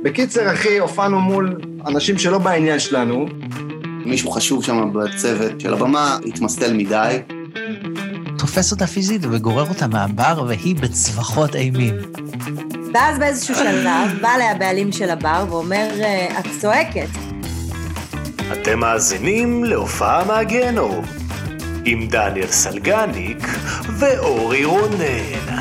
בקיצר, אחי, הופענו מול אנשים שלא בעניין שלנו. מישהו חשוב שם בצוות של הבמה, התמסטל מדי. תופס אותה פיזית וגורר אותה מהבר, והיא בצווחות אימים. ואז באיזשהו שלב, בא לה הבעלים של הבר ואומר, את צועקת. אתם מאזינים להופעה מהגיהנום, עם דניאל סלגניק ואורי רונן.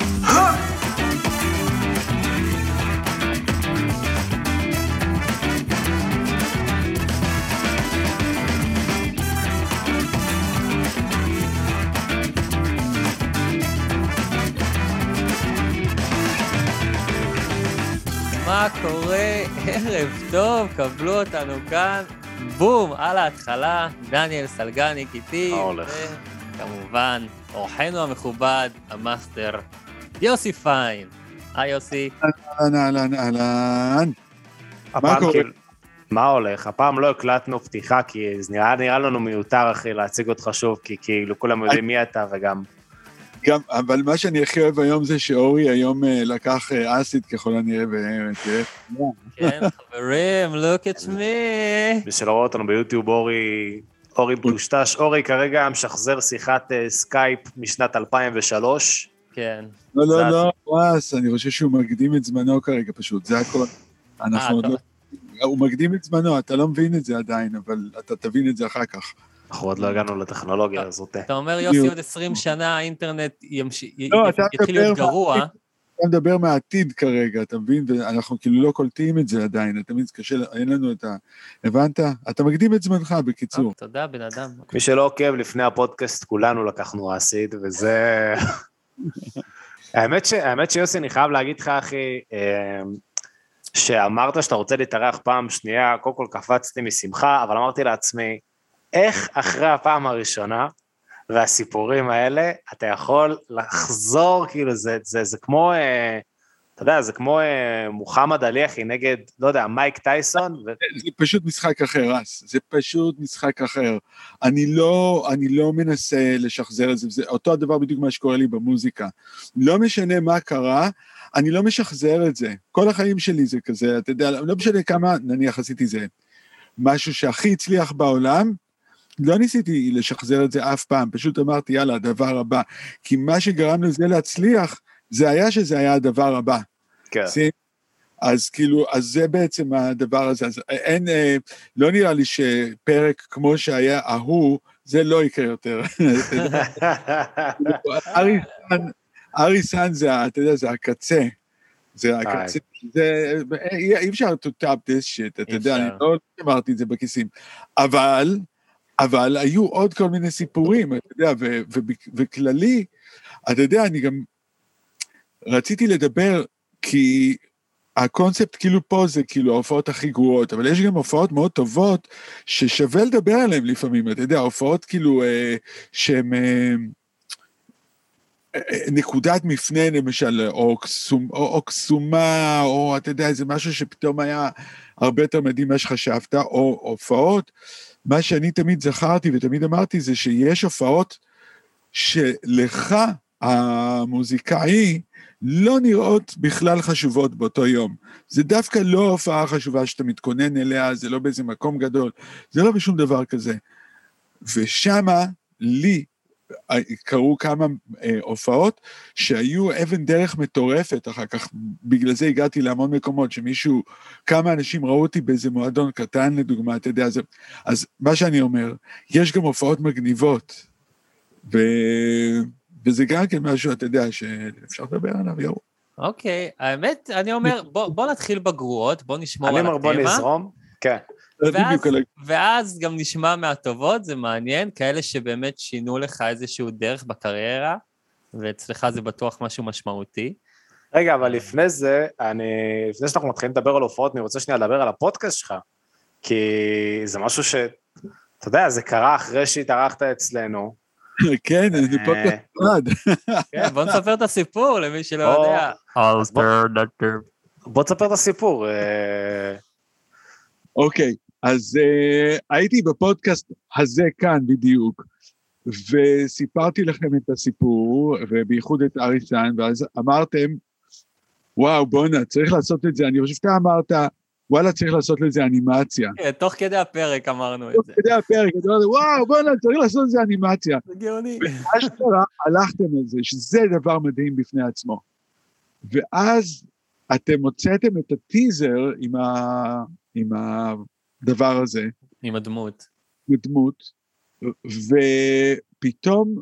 מה קורה? ערב טוב, קבלו אותנו כאן. בום, על ההתחלה, דניאל סלגניק איתי, וכמובן, אורחנו המכובד, המאסטר, יוסי פיין. היי יוסי. אהלן. מה הולך? הפעם לא הקלטנו פתיחה, כי זה נראה לנו מיותר, אחי, להציג אותך שוב, כי כאילו כולם יודעים מי אתה וגם... אבל מה שאני הכי אוהב היום זה שאורי היום לקח אסיד ככל הנראה באמת. כן, חברים, look at me. בשביל לראות אותנו ביוטיוב, אורי פלושטש. אורי כרגע משחזר שיחת סקייפ משנת 2003. כן. לא, וואס, אני חושב שהוא מקדים את זמנו כרגע פשוט, זה הכל. הוא מקדים את זמנו, אתה לא מבין את זה עדיין, אבל אתה תבין את זה אחר כך. אנחנו עוד לא הגענו לטכנולוגיה הזאת. אתה אומר, יוסי, עוד 20 שנה האינטרנט יתחיל להיות גרוע. אתה מדבר מהעתיד כרגע, אתה מבין? ואנחנו כאילו לא קולטים את זה עדיין, אתה מבין, קשה, אין לנו את ה... הבנת? אתה מקדים את זמנך, בקיצור. תודה, בן אדם. מי שלא עוקב לפני הפודקאסט, כולנו לקחנו אסיד, וזה... האמת שיוסי, אני חייב להגיד לך, אחי, שאמרת שאתה רוצה להתארח פעם שנייה, קודם כל קפצתי משמחה, אבל אמרתי לעצמי, איך אחרי הפעם הראשונה, והסיפורים האלה, אתה יכול לחזור, כאילו, זה כמו, אתה יודע, זה כמו מוחמד עלי, אחי, נגד, לא יודע, מייק טייסון. זה פשוט משחק אחר, רס, זה פשוט משחק אחר. אני לא מנסה לשחזר את זה, זה אותו הדבר בדיוק מה שקורה לי במוזיקה. לא משנה מה קרה, אני לא משחזר את זה. כל החיים שלי זה כזה, אתה יודע, לא משנה כמה, נניח עשיתי זה, משהו שהכי הצליח בעולם, לא ניסיתי לשחזר את זה אף פעם, פשוט אמרתי, יאללה, הדבר הבא, כי מה שגרם לזה להצליח, זה היה שזה היה הדבר הבא. כן. אז כאילו, אז זה בעצם הדבר הזה, אז אין, לא נראה לי שפרק כמו שהיה ההוא, זה לא יקרה יותר. אריסן זה, אתה יודע, זה הקצה, זה הקצה, אי אפשר to top this shit, אתה יודע, אני לא אמרתי את זה בכיסים, אבל היו עוד כל מיני סיפורים, אתה יודע, וכללי, אתה יודע, אני גם רציתי לדבר, כי הקונספט כאילו פה זה כאילו ההופעות הכי גרועות, אבל יש גם הופעות מאוד טובות, ששווה לדבר עליהן לפעמים, אתה יודע, הופעות כאילו, שהן נקודת מפנה למשל, או קסומה, או אתה יודע, זה משהו שפתאום היה הרבה יותר מדהים מה שחשבת, או הופעות, מה שאני תמיד זכרתי ותמיד אמרתי זה שיש הופעות שלך המוזיקאי לא נראות בכלל חשובות באותו יום. זה דווקא לא הופעה חשובה שאתה מתכונן אליה, זה לא באיזה מקום גדול, זה לא בשום דבר כזה. ושמה לי קראו כמה הופעות שהיו אבן דרך מטורפת, אחר כך בגלל זה הגעתי להמון מקומות, שמישהו, כמה אנשים ראו אותי באיזה מועדון קטן לדוגמה, אתה יודע, אז מה שאני אומר, יש גם הופעות מגניבות, וזה גם כן משהו, אתה יודע, שאפשר לדבר עליו, יאו. אוקיי, האמת, אני אומר, בוא נתחיל בגרועות, בוא נשמור על התמה. בוא נזרום, כן. ואז גם נשמע מהטובות, זה מעניין, כאלה שבאמת שינו לך איזשהו דרך בקריירה, ואצלך זה בטוח משהו משמעותי. רגע, אבל לפני זה, לפני שאנחנו מתחילים לדבר על הופעות, אני רוצה שנייה לדבר על הפודקאסט שלך, כי זה משהו ש, אתה יודע, זה קרה אחרי שהתארחת אצלנו. כן, זה פודקאסט נפרד. כן, בוא נספר את הסיפור למי שלא יודע. בוא תספר את הסיפור. אוקיי. אז הייתי בפודקאסט הזה כאן בדיוק, וסיפרתי לכם את הסיפור, ובייחוד את אריסן, ואז אמרתם, וואו, בונה, צריך לעשות את זה. אני חושב שאתה אמרת, וואלה, צריך לעשות לזה אנימציה. כן, תוך כדי הפרק אמרנו את תוך זה. כדי הפרק, אתה אומר, וואו, בונה, צריך לעשות לזה אנימציה. זה גאוני. ואשכרה הלכתם על זה, שזה דבר מדהים בפני עצמו. ואז אתם הוצאתם את הטיזר עם הדבר הזה. עם הדמות. דמות, ופתאום,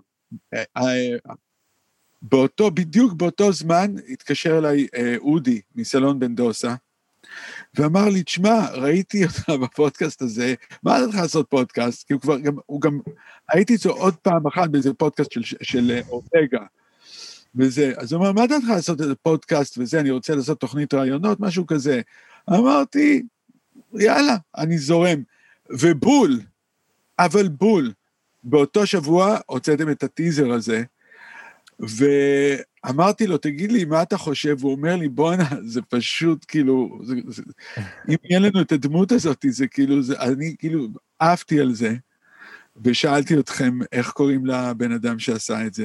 בדיוק באותו זמן, התקשר אליי אודי מסלון בן דוסה, ואמר לי, תשמע, ראיתי אותך בפודקאסט הזה, מה אתה צריך לעשות פודקאסט? כי הוא גם, הייתי איתו עוד פעם אחת באיזה פודקאסט של אורגה, וזה, אז הוא אמר, מה אתה צריך לעשות איזה פודקאסט וזה, אני רוצה לעשות תוכנית רעיונות, משהו כזה. אמרתי, יאללה, אני זורם. ובול, אבל בול, באותו שבוע הוצאתם את הטיזר הזה, ואמרתי לו, תגיד לי, מה אתה חושב? והוא אומר לי, בואנה, זה פשוט כאילו, אם יהיה לנו את הדמות הזאת, זה כאילו, אני כאילו אהבתי על זה, ושאלתי אתכם איך קוראים לבן אדם שעשה את זה,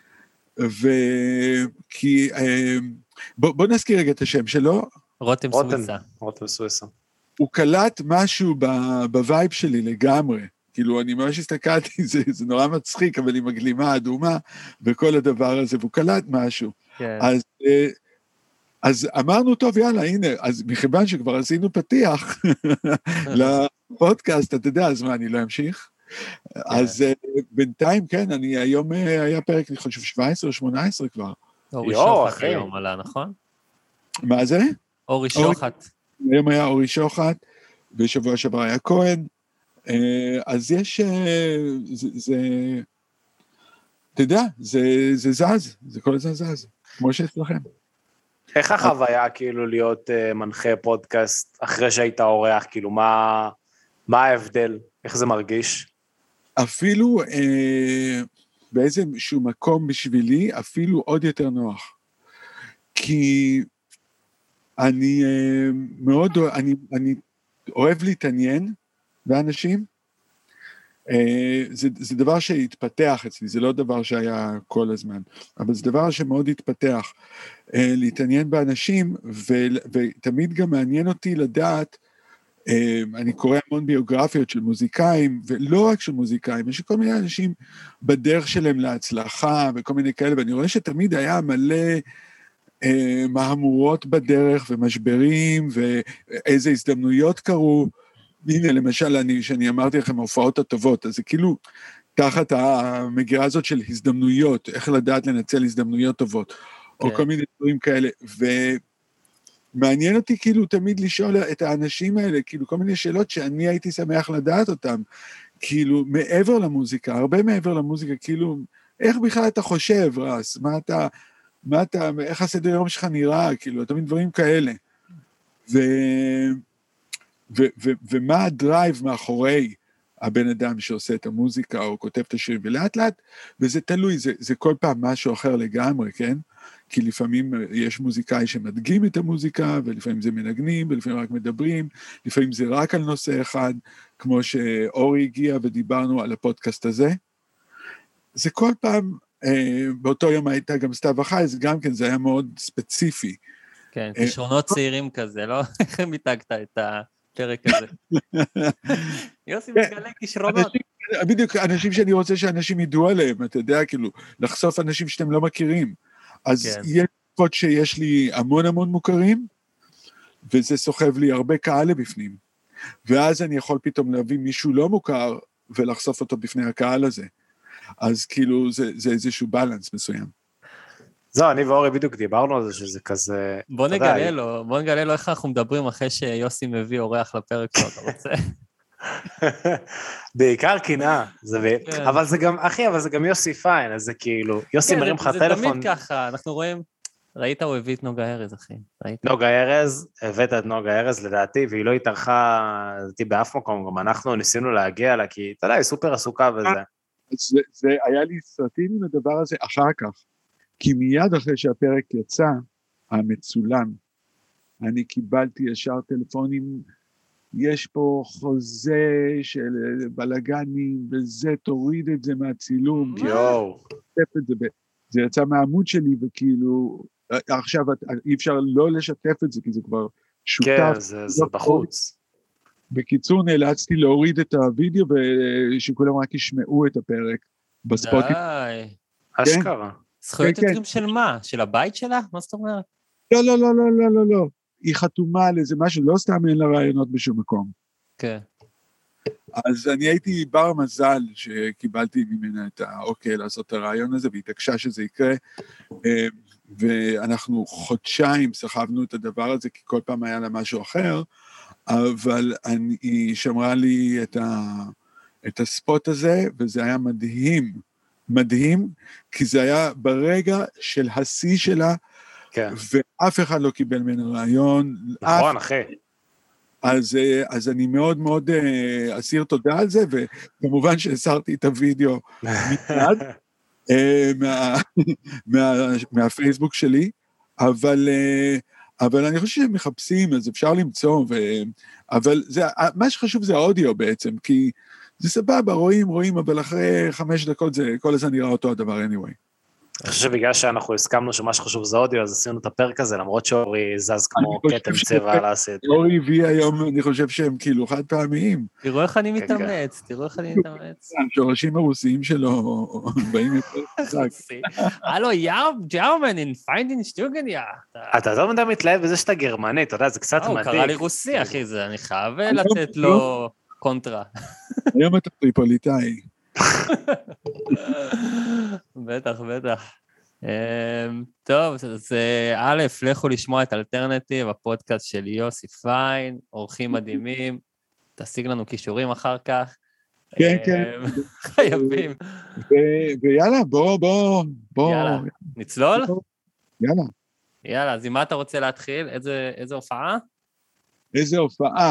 וכי, בוא נזכיר רגע את השם שלו. רותם סוויסה. רותם סוויסה. הוא קלט משהו בווייב שלי לגמרי, כאילו אני ממש הסתכלתי, זה נורא מצחיק, אבל עם הגלימה האדומה, וכל הדבר הזה, והוא קלט משהו. כן. אז אמרנו, טוב, יאללה, הנה, אז מכיוון שכבר עשינו פתיח לפודקאסט, אתה יודע, אז מה, אני לא אמשיך? אז בינתיים, כן, היום היה פרק, אני חושב, 17 או 18 כבר. אורי שוחט היום עלה, נכון? מה זה? אורי שוחט. היום היה אורי שוחט, בשבוע שעבר היה כהן, אז יש, אתה יודע, זה זז, זה כל הזמן זז, כמו שאצלכם. איך החוויה כאילו להיות מנחה פודקאסט אחרי שהיית אורח, כאילו מה ההבדל, איך זה מרגיש? אפילו באיזשהו מקום בשבילי, אפילו עוד יותר נוח. כי אני מאוד, אני אוהב להתעניין באנשים, זה דבר שהתפתח אצלי, זה לא דבר שהיה כל הזמן, אבל זה דבר שמאוד התפתח, להתעניין באנשים, ותמיד גם מעניין אותי לדעת, אני קורא המון ביוגרפיות של מוזיקאים, ולא רק של מוזיקאים, יש כל מיני אנשים בדרך שלהם להצלחה, וכל מיני כאלה, ואני רואה שתמיד היה מלא מהמורות בדרך, ומשברים, ואיזה הזדמנויות קרו. הנה, למשל, שאני אמרתי לכם, ההופעות הטובות, אז זה כאילו תחת המגירה הזאת של הזדמנויות, איך לדעת לנצל הזדמנויות טובות, או כל מיני דברים כאלה, ומעניין אותי כאילו תמיד לשאול את האנשים האלה, כאילו כל מיני שאלות שאני הייתי שמח לדעת אותם, כאילו מעבר למוזיקה, הרבה מעבר למוזיקה, כאילו, איך בכלל אתה חושב, רס? איך הסדר יום שלך נראה, כאילו, תמיד דברים כאלה. ומה הדרייב מאחורי הבן אדם שעושה את המוזיקה, או כותב את השירים, ולאט לאט, וזה תלוי, זה כל פעם משהו אחר לגמרי, כן? כי לפעמים יש מוזיקאי שמדגים את המוזיקה, ולפעמים זה מנגנים, ולפעמים רק מדברים, לפעמים זה רק על נושא אחד, כמו שאורי הגיע ודיברנו על הפודקאסט הזה. זה כל פעם, באותו יום הייתה גם סתיו החי, אז גם כן זה היה מאוד ספציפי. כן, כישרונות צעירים כזה, לא? איך מיתגת את הפרק הזה? יוסי מגלה כישרונות. בדיוק, אנשים שאני רוצה שאנשים ידעו עליהם, אתה יודע, כאילו, לחשוף אנשים שאתם לא מכירים. אז יש תקופות שיש לי המון המון מוכרים, וזה סוחב לי הרבה קהל לבפנים. ואז אני יכול פתאום להביא מישהו לא מוכר, ולחשוף אותו בפני הקהל הזה. אז כאילו, זה איזשהו בלנס מסוים. זהו, אני ואורי בדיוק דיברנו על זה, שזה כזה... בוא נגלה לו איך אנחנו מדברים אחרי שיוסי מביא אורח לפרק שלו, אתה רוצה? בעיקר קנאה, אבל זה גם, אחי, אבל זה גם יוסי פיין, אז זה כאילו, יוסי מרים לך טלפון. זה תמיד ככה, אנחנו רואים, ראית הוא הביא את נוגה ארז, אחי. נוגה ארז, הבאת את נוגה ארז לדעתי, והיא לא התארחה, לדעתי באף מקום, גם אנחנו ניסינו להגיע לה, כי אתה יודע, היא סופר עסוקה וזה. זה היה לי סרטים עם הדבר הזה אחר כך, כי מיד אחרי שהפרק יצא, המצולם, אני קיבלתי ישר טלפונים, יש פה חוזה של בלגנים, וזה, תוריד את זה מהצילום. יואו. זה יצא מהעמוד שלי, וכאילו, עכשיו אי אפשר לא לשתף את זה, כי זה כבר שותף. כן, זה בחוץ. בקיצור, נאלצתי להוריד את הוידאו, ושכולם רק ישמעו את הפרק בספוטיפיי. די. אשכרה. זכויות כן. יוצרים של מה? של הבית שלה? מה זאת אומרת? לא. היא חתומה על איזה משהו, לא סתם אין לה רעיונות בשום מקום. כן. אז אני הייתי בר מזל שקיבלתי ממנה את האוקיי לעשות את הרעיון הזה, והתעקשה שזה יקרה, ואנחנו חודשיים סחבנו את הדבר הזה, כי כל פעם היה לה משהו אחר, אבל היא שמרה לי את הספוט הזה, וזה היה מדהים, כי זה היה ברגע של השיא שלה, כן. ואף אחד לא קיבל ממנו רעיון. נכון, אחי. אז אני מאוד מאוד אסיר תודה על זה, וכמובן שהסרתי את הוידאו מיד מהפייסבוק שלי, אבל אני חושב שהם מחפשים, אז אפשר למצוא, אבל מה שחשוב זה האודיו בעצם, כי זה סבבה, רואים, אבל אחרי 5 דקות זה כל הזמן נראה אותו הדבר anyway. אני חושב שבגלל שאנחנו הסכמנו שמה שחשוב זה אודיו, אז עשינו את הפרק הזה, למרות שאורי זז כמו כתם צבע על הסט. אורי הביא היום, אני חושב שהם כאילו חד פעמים. תראו איך אני מתאמץ. השורשים הרוסיים שלו באים יותר חזק. הלו, ג'רמן, in finding שטוגניה. אתה לא מדי מתלהב בזה שאתה גרמני, אתה יודע, זה קצת מדהים. הוא קרא לי רוסי, אחי, אני חייב לתת לו קונטרה. היום אתה טריפוליטאי. בטח. טוב, אז א', לכו לשמוע את אלטרנטיב, הפודקאסט של יוסי פיין, אורחים מדהימים, תשיג לנו קישורים אחר כך. כן. חייבים. ויאללה, בוא. יאללה, נצלול? יאללה, אז עם מה אתה רוצה להתחיל? איזה הופעה? איזה הופעה?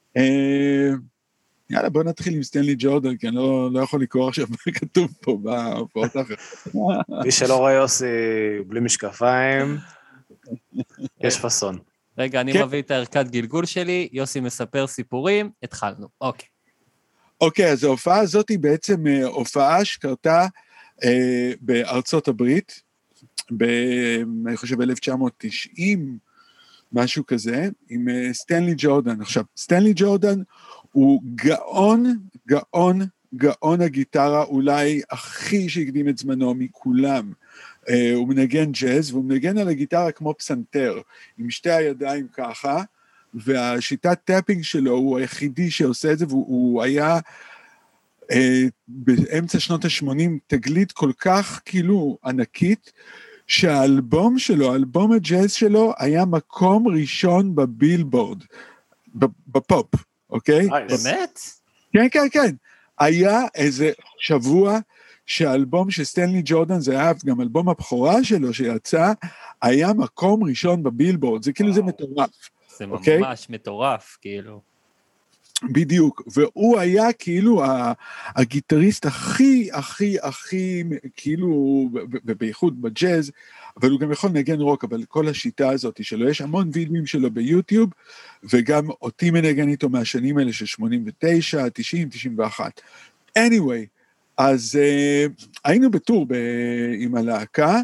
יאללה, בוא נתחיל עם סטנלי ג'ורדן, כי אני לא יכול לקרוא עכשיו מה כתוב פה בהופעות אחרת. מי שלא רואה יוסי בלי משקפיים, יש פסון. רגע, אני מביא את הערכת גלגול שלי, יוסי מספר סיפורים, התחלנו, אוקיי, אז ההופעה הזאת היא בעצם הופעה שקרתה בארצות הברית, אני חושב 1990, משהו כזה, עם סטנלי ג'ורדן. עכשיו, סטנלי ג'ורדן הוא גאון הגיטרה, אולי הכי שהקדים את זמנו מכולם. הוא מנגן ג'אז, והוא מנגן על הגיטרה כמו פסנתר, עם שתי הידיים ככה, והשיטת טאפינג שלו הוא היחידי שעושה את זה, והוא היה באמצע שנות ה-80 תגלית כל כך כאילו ענקית, שהאלבום שלו, אלבום הג'אז שלו, היה מקום ראשון בבילבורד, בפופ, אוקיי? באמת? כן. היה איזה שבוע שהאלבום של סטנלי ג'ורדן, זה היה גם אלבום הבכורה שלו שיצא, היה מקום ראשון בבילבורד, זה כאילו זה מטורף. זה ממש מטורף, כאילו. בדיוק, והוא היה כאילו הגיטריסט הכי, כאילו, ובייחוד בג'אז, אבל הוא גם יכול לנגן רוק, אבל כל השיטה הזאת שלו, יש המון וידאוים שלו ביוטיוב, וגם אותי מנגן איתו מהשנים האלה של 89, 90, 91. anyway, אז היינו בטור עם הלהקה,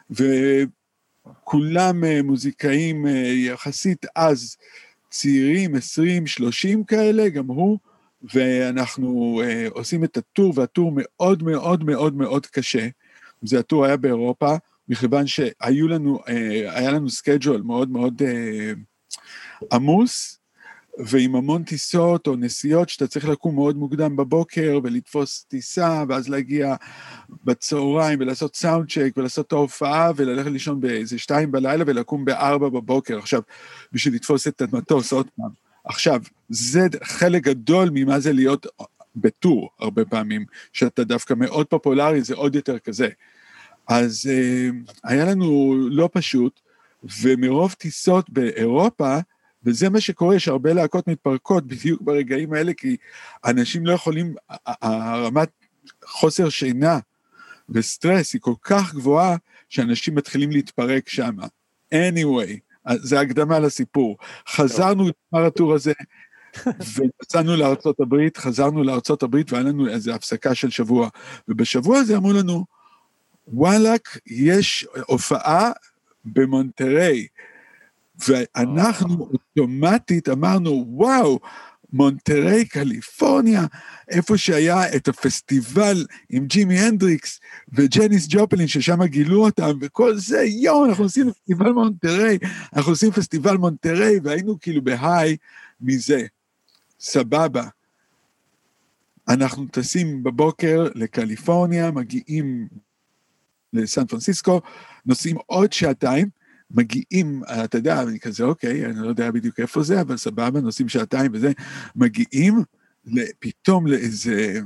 וכולם מוזיקאים יחסית אז, צעירים, 20, 30 כאלה, גם הוא, ואנחנו עושים את הטור, והטור מאוד מאוד מאוד מאוד קשה, זה הטור היה באירופה, מכיוון היה לנו סקייג'ול מאוד מאוד עמוס, ועם המון טיסות או נסיעות, שאתה צריך לקום מאוד מוקדם בבוקר, ולתפוס טיסה, ואז להגיע בצהריים, ולעשות סאונד צ'ק, ולעשות את ההופעה, וללכת לישון באיזה 2 בלילה, ולקום ב4 בבוקר, עכשיו, בשביל לתפוס את המטוס עוד פעם. עכשיו, זה חלק גדול ממה זה להיות בטור, הרבה פעמים, שאתה דווקא מאוד פופולרי, זה עוד יותר כזה. אז היה לנו לא פשוט, ומרוב טיסות באירופה, וזה מה שקורה, יש הרבה להקות מתפרקות בדיוק ברגעים האלה, כי אנשים לא יכולים, הרמת חוסר שינה וסטרס היא כל כך גבוהה, שאנשים מתחילים להתפרק שם. anyway, זה הקדמה לסיפור. חזרנו לגמר הטור הזה, ויצאנו לארצות הברית, חזרנו לארצות הברית, והיה לנו איזו הפסקה של שבוע, ובשבוע הזה אמרו לנו, וואלק, יש הופעה במונטריי, ואנחנו אוטומטית אמרנו, וואו, מונטריי, קליפורניה, איפה שהיה את הפסטיבל עם ג'ימי הנדריקס וג'ניס ג'ופלין, ששם גילו אותם, וכל זה, אנחנו עושים פסטיבל מונטריי, אנחנו עושים פסטיבל מונטריי, והיינו כאילו בהיי מזה, סבבה. אנחנו טסים בבוקר לקליפורניה, מגיעים לסן פרנסיסקו, נוסעים עוד שעתיים, מגיעים, אתה יודע, אני כזה, אוקיי, אני לא יודע בדיוק איפה זה, אבל סבבה, נוסעים שעתיים וזה, מגיעים פתאום לאיזה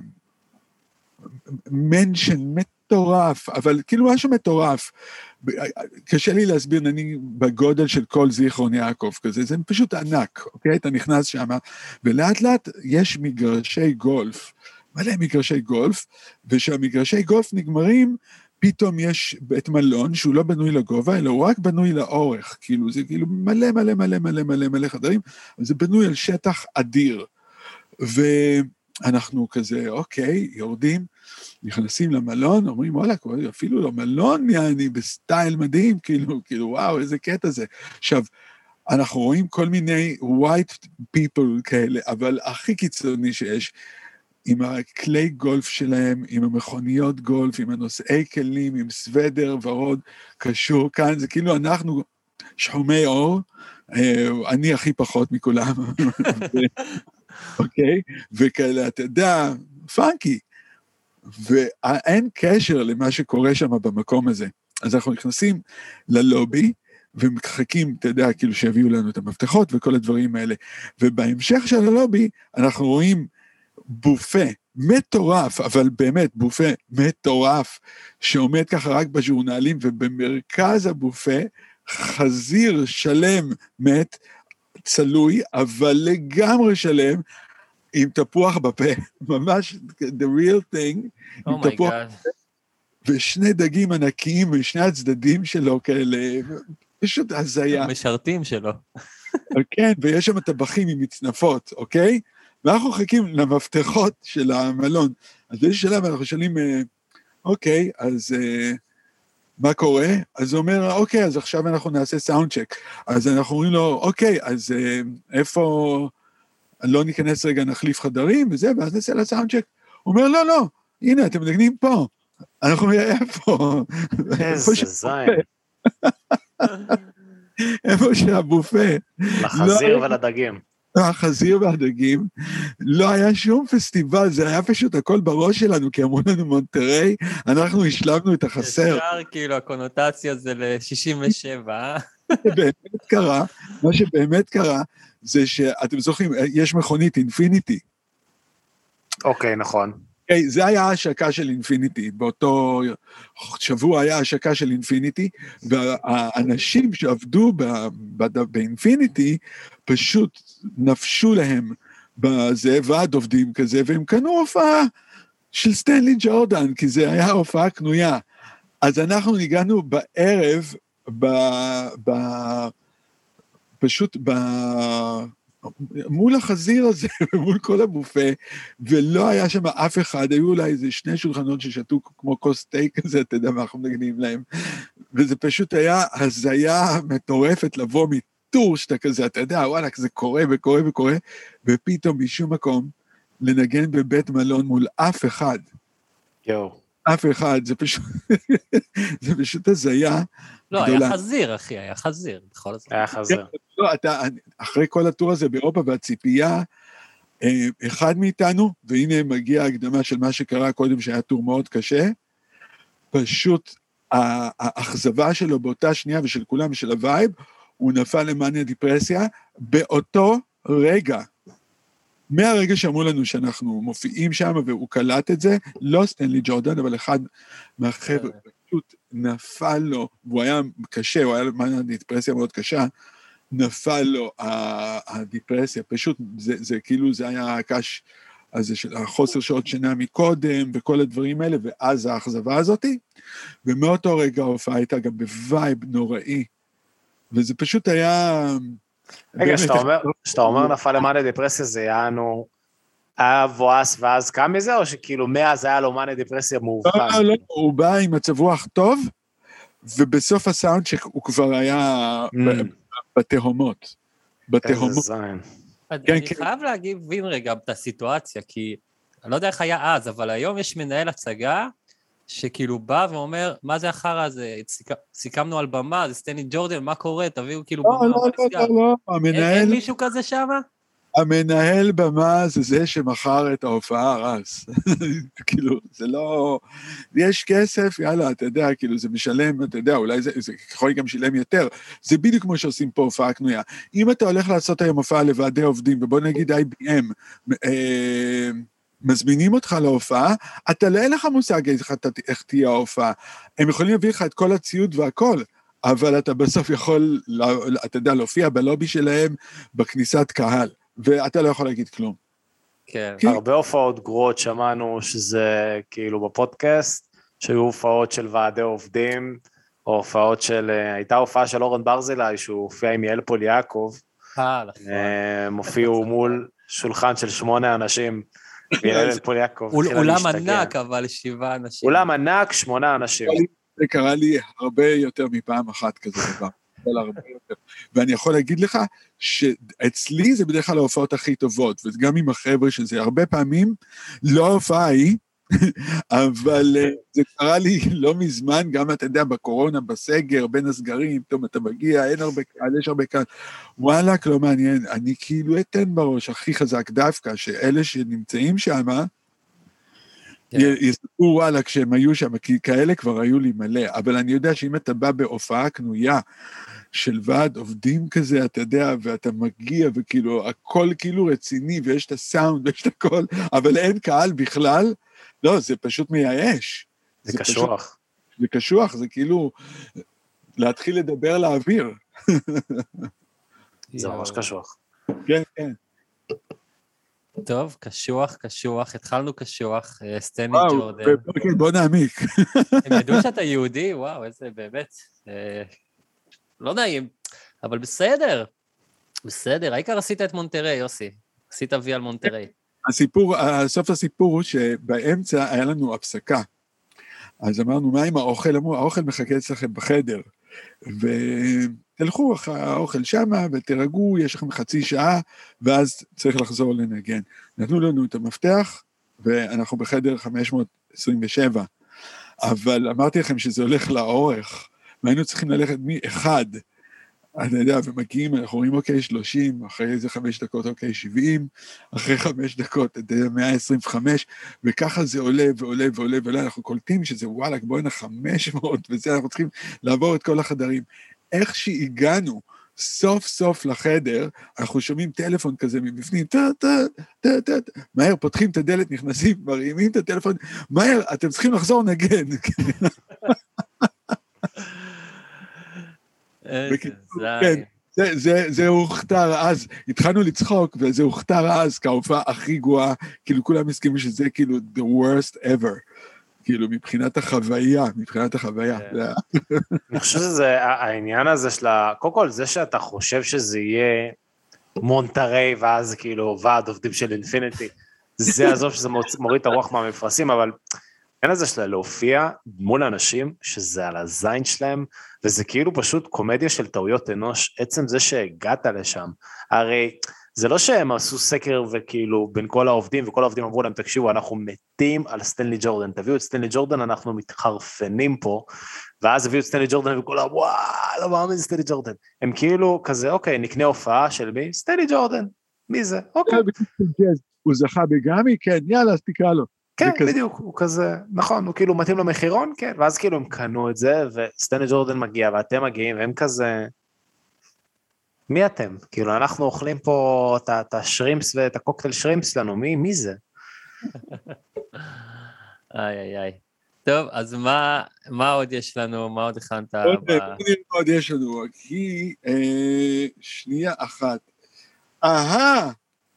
מנשן מטורף, אבל כאילו משהו מטורף, קשה לי להסביר, אני בגודל של כל זיכרון יעקב כזה, זה פשוט ענק, אוקיי? אתה נכנס שם, ולאט לאט יש מגרשי גולף, מלא מגרשי גולף, ושהמגרשי גולף נגמרים, פתאום יש בית מלון שהוא לא בנוי לגובה, אלא הוא רק בנוי לאורך, כאילו זה כאילו מלא מלא מלא מלא מלא מלא חדרים, אבל זה בנוי על שטח אדיר, ואנחנו כזה, אוקיי, יורדים, נכנסים למלון, אומרים, וואלה, אפילו לא מלון, אני בסטייל מדהים, כאילו, וואו, איזה קטע זה. עכשיו, אנחנו רואים כל מיני white people כאלה, אבל הכי קיצוני שיש, עם הכלי גולף שלהם, עם המכוניות גולף, עם הנושאי כלים, עם סוודר ורוד קשור כאן, זה כאילו אנחנו שחומי אור, אני הכי פחות מכולם, אוקיי? וכאלה, אתה יודע, פאנקי, ואין קשר למה שקורה שם במקום הזה. אז אנחנו נכנסים ללובי, ומחכים, אתה יודע, כאילו שהביאו לנו את המפתחות וכל הדברים האלה, ובהמשך של הלובי, אנחנו רואים בופה מטורף, אבל באמת בופה מטורף, שעומד ככה רק בז'ורנלים, ובמרכז הבופה, חזיר שלם מת, צלוי, אבל לגמרי שלם, עם תפוח בפה, ממש, the real thing, עם תפוח בפה, ושני דגים ענקיים, ושני הצדדים שלו כאלה, פשוט הזיה. משרתים שלו. כן, ויש שם טבחים עם מצנפות, אוקיי? ואנחנו חכים למפתחות של המלון. אז באיזה שלב אנחנו שואלים, אוקיי, אז מה קורה? אז הוא אומר, אוקיי, אז עכשיו אנחנו נעשה סאונד צ'ק. אז אנחנו אומרים לו, אוקיי, אז איפה, לא ניכנס רגע, נחליף חדרים וזה, ואז נעשה לה סאונד צ'ק. הוא אומר, לא, לא, הנה, אתם מנגנים פה. אנחנו נראה איפה. איזה זין. איפה שהבופה. לחזיר ולדגים. החזיר והדגים, לא היה שום פסטיבל, זה היה פשוט הכל בראש שלנו, כי אמרו לנו מונטריי, אנחנו השלמנו את החסר. אפשר, כאילו, הקונוטציה זה ל-67, באמת קרה, מה שבאמת קרה, זה שאתם זוכרים, יש מכונית אינפיניטי. אוקיי, נכון. זה היה ההשקה של אינפיניטי, באותו שבוע היה ההשקה של אינפיניטי, והאנשים שעבדו באינפיניטי, פשוט נפשו להם בזה, ועד עובדים כזה, והם קנו הופעה של סטנלי ג'ורדן, כי זה היה הופעה קנויה. אז אנחנו ניגענו בערב, פשוט מול החזיר הזה, מול כל הבופה, ולא היה שם אף אחד, היו אולי איזה שני שולחנות ששתו כמו כוס תה כזה, אתה יודע מה אנחנו מנגנים להם, וזה פשוט היה הזיה מטורפת לבוא מטור שאתה כזה, אתה יודע, וואלה, זה קורה וקורה וקורה, ופתאום משום מקום, לנגן בבית מלון מול אף אחד. אף אחד, זה פשוט הזיה. לא, היה חזיר, אחי, היה חזיר. היה חזיר. לא, אחרי כל הטור הזה באירופה והציפייה, אחד מאיתנו, והנה מגיעה ההקדמה של מה שקרה קודם, שהיה טור מאוד קשה, פשוט האכזבה שלו באותה שנייה, ושל כולם ושל הווייב, הוא נפל למאניה דיפרסיה, באותו רגע. מהרגע שאמרו לנו שאנחנו מופיעים שם, והוא קלט את זה, לא סטנלי ג'ורדן, אבל אחד מהחבר'ה, פשוט נפל לו, והוא היה קשה, הוא היה למאניה דיפרסיה מאוד קשה, נפל לו הדיפרסיה, פשוט זה כאילו זה היה הקש הזה של החוסר שעות שינה מקודם, וכל הדברים האלה, ואז האכזבה הזאת, ומאותו רגע ההופעה הייתה גם בווייב נוראי, וזה פשוט היה... רגע, שאתה אומר נפל למאניה דיפרסיה, זה היה בואס ואז קם מזה, או שכאילו מאז היה לו מאניה דיפרסיה מאובחן? לא, הוא בא עם מצב רוח טוב, ובסוף הסאונד הוא כבר היה בתהומות. איזה זין. אני חייב להבין רגע את הסיטואציה, כי אני לא יודע איך היה אז, אבל היום יש מנהל הצגה, שכאילו בא ואומר, מה זה החרא הזה? סיכמנו על במה, זה סטנלי ג'ורדן, מה קורה? תביאו כאילו במה, מה נסגר? אין מישהו כזה שם? המנהל במה זה שמכר את ההופעה רס. כאילו, זה לא... יש כסף, יאללה, אתה יודע, כאילו, זה משלם, אתה יודע, אולי זה יכול גם שילם יותר. זה בדיוק כמו שעושים פה הופעה קנויה. אם אתה הולך לעשות היום הופעה לוועדי עובדים, ובוא נגיד IBM, מזמינים אותך להופעה, אתה לא אין לך מושג איך תהיה ההופעה. הם יכולים להביא לך את כל הציוד והכל, אבל אתה בסוף יכול, אתה יודע, להופיע בלובי שלהם, בכניסת קהל. ואתה לא יכול להגיד כלום. כן, הרבה הופעות גרועות שמענו שזה כאילו בפודקאסט, שהיו הופעות של ועדי עובדים, או הופעות של, הייתה הופעה של אורן ברזילי, שהוא הופיע עם יעל פוליאקוב, הם הופיעו מול שולחן של 8 אנשים, ויעל פוליאקוב אולם ענק, אבל 7 אנשים. אולם ענק, 8 אנשים. זה קרה לי הרבה יותר מפעם אחת כזה דבר. ואני יכול להגיד לך שאצלי זה בדרך כלל ההופעות הכי טובות, וגם עם החבר'ה שזה הרבה פעמים, לא ההופעה היא, אבל זה קרה לי לא מזמן, גם אתה יודע, בקורונה, בסגר, בין הסגרים, פתאום אתה מגיע, אין הרבה קהל, יש הרבה קהל, וואלה, לא מעניין, אני כאילו אתן בראש הכי חזק דווקא, שאלה שנמצאים שם, יספרו וואלה כשהם היו שם, כי כאלה כבר היו לי מלא, אבל אני יודע שאם אתה בא בהופעה קנויה, של ועד עובדים כזה, אתה יודע, ואתה מגיע, וכאילו, הכל כאילו רציני, ויש את הסאונד, ויש את הכל, אבל אין קהל בכלל, לא, זה פשוט מייאש. זה קשוח. זה קשוח, זה כאילו, להתחיל לדבר לאוויר. זה ממש קשוח. כן, כן. טוב, קשוח, התחלנו קשוח, סטנלי ג'ורדן. בוא נעמיק. הם ידעו שאתה יהודי, וואו, איזה באמת... לא נעים, אבל בסדר, העיקר עשית את מונטרי, יוסי, עשית וי על מונטרי. סוף הסיפור הוא שבאמצע היה לנו הפסקה, אז אמרנו, מה עם האוכל? אמרו, האוכל מחכה אצלכם בחדר, ותלכו אחרי האוכל שמה, ותרגעו, יש לכם חצי שעה, ואז צריך לחזור לנגן. נתנו לנו את המפתח, ואנחנו בחדר 527, אבל אמרתי לכם שזה הולך לאורך, והיינו צריכים ללכת מאחד, אני יודע, ומגיעים, אנחנו רואים, אוקיי, 30, אחרי איזה 5 דקות, אוקיי, 70, אחרי 5 דקות, 125, וככה זה עולה ועולה ועולה ועולה, אנחנו קולטים שזה וואלה, בואי 500, וזה, אנחנו צריכים לעבור את כל החדרים. איך שהגענו סוף סוף לחדר, אנחנו שומעים טלפון כזה מבפנים, מהר, פותחים את הדלת, נכנסים, מרימים את הטלפון, מהר, אתם צריכים לחזור נגן. זה הוכתר אז, התחלנו לצחוק, וזה הוכתר אז כהופעה הכי גרועה, כאילו כולם הסכימו שזה כאילו the worst ever, כאילו מבחינת החוויה. אני חושב שזה העניין הזה קודם כל זה שאתה חושב שזה יהיה מונטרי, ואז כאילו ועד עובדים של אינפיניטי, זה עזוב שזה מוריד את הרוח מהמפרשים, אבל אין הזה שלה להופיע מול אנשים שזה על הזין שלהם, וזה כאילו פשוט קומדיה של טעויות אנוש, עצם זה שהגעת לשם, הרי זה לא שהם עשו סקר וכאילו בין כל העובדים, וכל העובדים אמרו להם, תקשיבו, אנחנו מתים על סטנלי ג'ורדן, תביאו את סטנלי ג'ורדן, אנחנו מתחרפנים פה, ואז הביאו את סטנלי ג'ורדן, וכולם, וואו, לא מאמין סטנלי ג'ורדן, הם כאילו כזה, אוקיי, נקנה הופעה של מי? סטנלי ג'ורדן, מי זה? אוקיי. הוא זכה בגמי, כן, יאללה, אז תקרא לו. כן, בדיוק, הוא כזה, נכון, הוא כאילו מתאים למחירון, כן, ואז כאילו הם קנו את זה, וסטנלי ג'ורדן מגיע, ואתם מגיעים, והם כזה, מי אתם? כאילו, אנחנו אוכלים פה את השרימפס ואת הקוקטייל שרימפס לנו, מי זה? איי. טוב, אז מה עוד יש לנו? מה עוד הכנת? עוד יש לנו, כי שנייה אחת. אהה!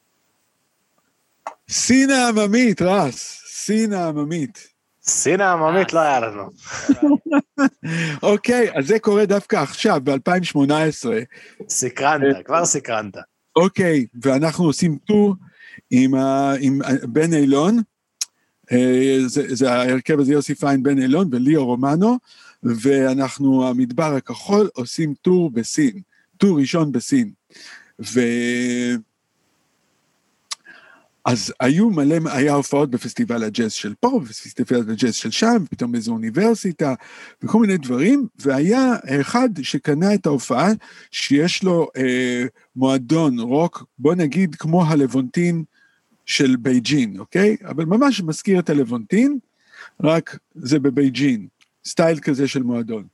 סינה עממית, רס, סינה עממית. סינה עממית לא היה לנו. אוקיי, אז זה קורה דווקא עכשיו, ב-2018. סקרנת, כבר סקרנת. אוקיי, ואנחנו עושים טור עם בן אילון, זה ההרכב הזה יוסי פיין בן אילון וליאו רומנו, ואנחנו, המדבר הכחול, עושים טור בסין, טור ראשון בסין. אז היה הופעות בפסטיבל הג'אז של פה, בפסטיבל הג'אז של שם, פתאום באיזו אוניברסיטה, וכל מיני דברים, והיה אחד שקנה את ההופעה, שיש לו מועדון רוק, בוא נגיד כמו הלוונטין של בייג'ין, אוקיי? אבל ממש מזכיר את הלוונטין, רק זה בבייג'ין, סטייל כזה של מועדון.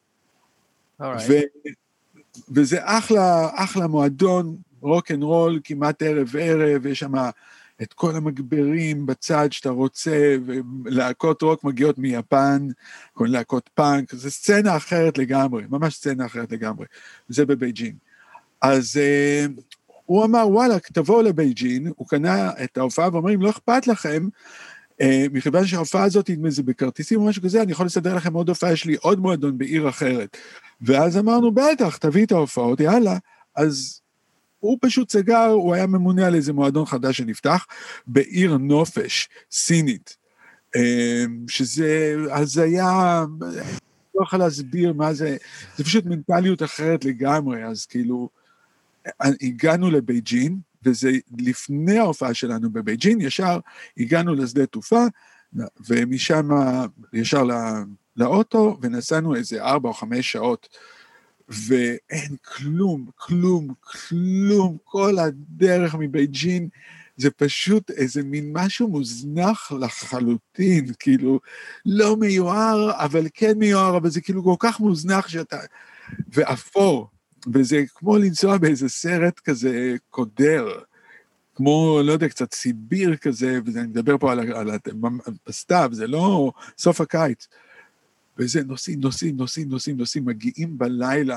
וזה אחלה מועדון, רוק אנד רול, כמעט ערב, ויש שם את כל המגברים בצד שאתה רוצה, ולהקות רוק מגיעות מיפן, כל להקות פאנק, זה סצנה אחרת לגמרי, ממש סצנה אחרת לגמרי, זה בבייג'ין. אז הוא אמר, וואלה, תבואו לבייג'ין, הוא קנה את ההופעה, ואומרים, לא אכפת לכם, מכיוון שההופעה הזאת, זה בכרטיסים או משהו כזה, אני יכול לסדר לכם עוד הופעה, יש לי עוד מועדון בעיר אחרת. ואז אמרנו, בטח, תביא את ההופעות, יאללה, אז הוא פשוט סגר, הוא היה ממונה על איזה מועדון חדש שנפתח, בעיר נופש, סינית, שזה, אז היה, לא יכול להסביר מה זה, זה פשוט מנטליות אחרת לגמרי, אז כאילו, הגענו לבייג'ין, וזה לפני ההופעה שלנו בבייג'ין, ישר הגענו לשדה תעופה, ומשם ישר לאוטו, ונסענו איזה 4 או 5 שעות, ואין כלום, כל הדרך מבייג'ין, זה פשוט איזה מין משהו מוזנח לחלוטין, כאילו, לא מיוער, אבל כן מיוער, אבל זה כאילו כל כך מוזנח שאתה, ואפור, וזה כמו לנסוע באיזה סרט כזה קודר, כמו, לא יודע, קצת סיביר כזה, ואני מדבר פה על הסתיו, זה לא סוף הקיץ, וזה נוסעים, מגיעים בלילה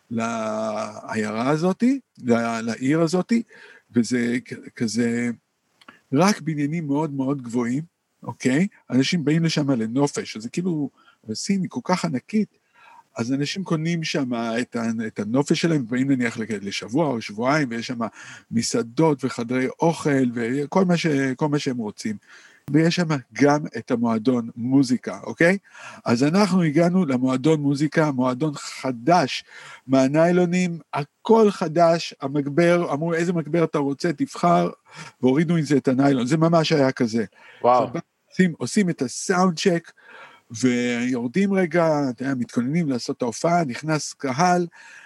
לעיירה הזאת, לעיר הזאת, וזה כזה רק בניינים מאוד מאוד גבוהים, אוקיי? אנשים באים לשם לנופש, אז זה כאילו, סין היא כל כך ענקית, אז אנשים קונים שם את הנופש שלהם, ובאים נניח לשבוע או שבועיים, ויש שם מסעדות וחדרי אוכל, וכל מה שהם רוצים. ויש שם גם את המועדון מוזיקה, אוקיי? אז אנחנו הגענו למועדון מוזיקה, מועדון חדש, מהניילונים, הכל חדש, המגבר, אמרו איזה מגבר אתה רוצה, תבחר, והורידו עם זה את הניילון, זה ממש היה כזה. וואו. עושים את הסאונד צ'ק, ויורדים רגע, מתכוננים לעשות את ההופעה, נכנס קהל,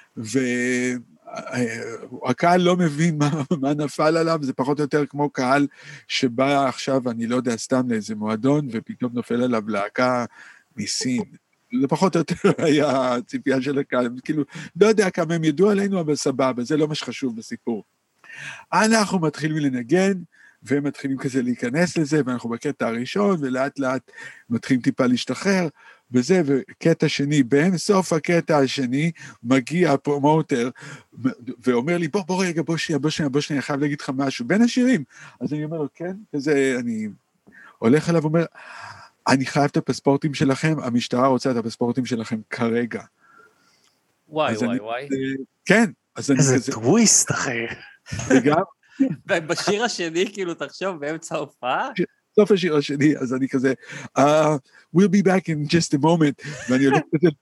והקהל לא מבין מה נפל עליו, זה פחות או יותר כמו קהל שבא עכשיו, אני לא יודע, סתם לאיזה מועדון, ופתאום נופל עליו להקה מסין. זה פחות או יותר היה הציפייה של הקהל, כאילו, לא יודע כמה הם ידעו עלינו, אבל סבבה, זה לא מה שחשוב בסיפור. אנחנו מתחילים לנגן, והם מתחילים כזה להיכנס לזה, ואנחנו בקטע הראשון, ולאט לאט מתחילים טיפה להשתחרר, וזה, וקטע שני, בסוף הקטע השני, מגיע הפרומוטר, ואומר לי, בוא רגע, בוא שנייה, חייב להגיד לך משהו, בין השירים, אז אני אומר לו, כן, וזה, אני הולך אליו ואומר, אני חייב את הפספורטים שלכם, המשטרה רוצה את הפספורטים שלכם כרגע. וואי. כן, אז אני כזה... איזה טוויסט, אחי. וגם... בשיר השני, כאילו, תחשוב, באמצע ההופעה? סוף השיר השני, אז אני כזה, we'll be back in just a moment, ואני הולך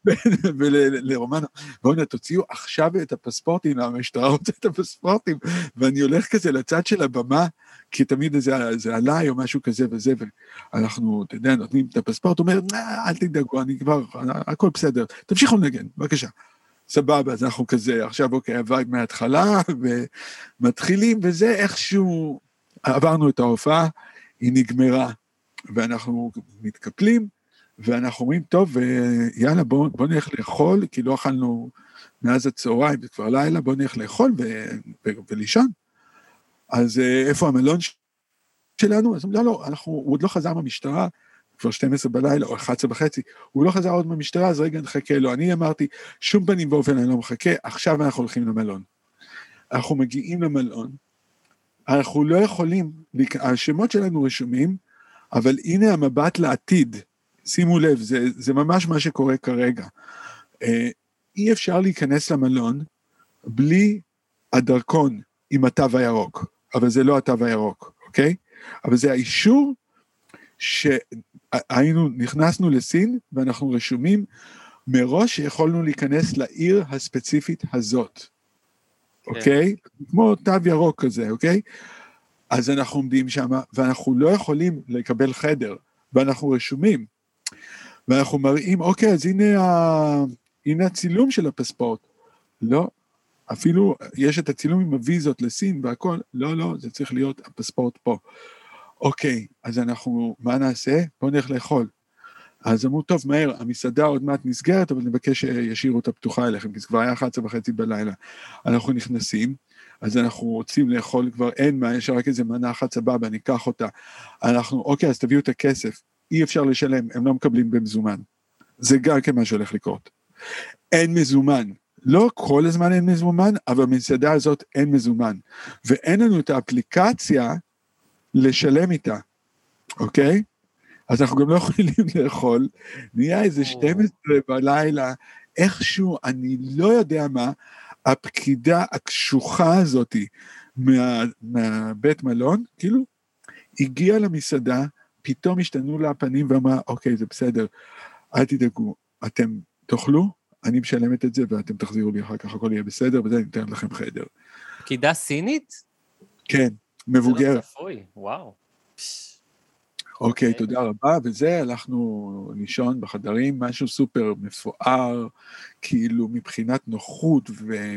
לרומנה, ואומר, תוציאו עכשיו את הפספורטים, המשטרה רוצה את הפספורטים, ואני הולך כזה לצד של הבמה, כי תמיד זה עליי או משהו כזה וזה, ואנחנו, אתה יודע, נותנים את הפספורט, הוא אומר, אל תדאגו, אני כבר, הכל בסדר, תמשיכו לנגן, בבקשה. סבבה, אז אנחנו כזה, עכשיו אוקיי, הווייב מההתחלה, ומתחילים, וזה איכשהו, עברנו את ההופעה, היא נגמרה, ואנחנו מתקפלים, ואנחנו אומרים, טוב, יאללה, בוא נלך לאכול, כי לא אכלנו מאז הצהריים, זה כבר לילה, בוא נלך לאכול ולישון. אז איפה המלון שלנו? אז לא, הוא עוד לא חזר מהמשטרה, כבר 12 בלילה, או 11 וחצי, הוא לא חזר עוד מהמשטרה, אז רגע נחכה לו. אני אמרתי, שום פנים באופן אני לא מחכה, עכשיו אנחנו הולכים למלון. אנחנו מגיעים למלון, אנחנו לא יכולים, השמות שלנו רשומים, אבל הנה המבט לעתיד, שימו לב, זה ממש מה שקורה כרגע. אי אפשר להיכנס למלון, בלי הדרכון עם התו הירוק, אבל זה לא התו הירוק, אוקיי? אבל זה האישור, נכנסנו לסין, ואנחנו רשומים, מראש יכולנו להיכנס לעיר הספציפית הזאת, אוקיי? כמו תו ירוק כזה, אוקיי? אז אנחנו עומדים שם, ואנחנו לא יכולים לקבל חדר, ואנחנו רשומים, ואנחנו מראים, אוקיי, אז הנה הצילום של הפספורט. לא, אפילו יש את הצילום עם הוויזות לסין והכל, לא, זה צריך להיות הפספורט פה. אוקיי, אז אנחנו, מה נעשה? בואו נלך לאכול. אז אמרו, טוב, מהר, המסעדה עוד מעט נסגרת, אבל נבקש שישאירו אותה פתוחה אליכם, כי זה כבר היה 11:30 בלילה. אנחנו נכנסים, אז אנחנו רוצים לאכול, כבר אין מה, יש רק איזה מנה אחת סבבה, אני אקח אותה. אנחנו, אוקיי, אז תביאו את הכסף, אי אפשר לשלם, הם לא מקבלים במזומן. זה גם כמה שהולך לקרות. אין מזומן. לא כל הזמן אין מזומן, אבל במסעדה הזאת אין מזומן. ואין לנו את האפליקציה לשלם איתה. אוקיי? אז אנחנו גם לא יכולים לאכול. נהיה איזה 12 בלילה, איכשהו, אני לא יודע מה, הפקידה הקשוחה הזאת מהבית מלון, כאילו, הגיעה למסעדה, פתאום השתנו לה הפנים ואמרה, אוקיי, זה בסדר, אל תדאגו, אתם תאכלו, אני משלמת את זה, ואתם תחזירו לי אחר כך, הכל יהיה בסדר, וזה אני אתן לכם חדר. פקידה סינית? כן, מבוגר. זה לא צפוי, וואו. אוקיי, תודה רבה, וזה, הלכנו לישון בחדרים, משהו סופר מפואר, כאילו מבחינת נוחות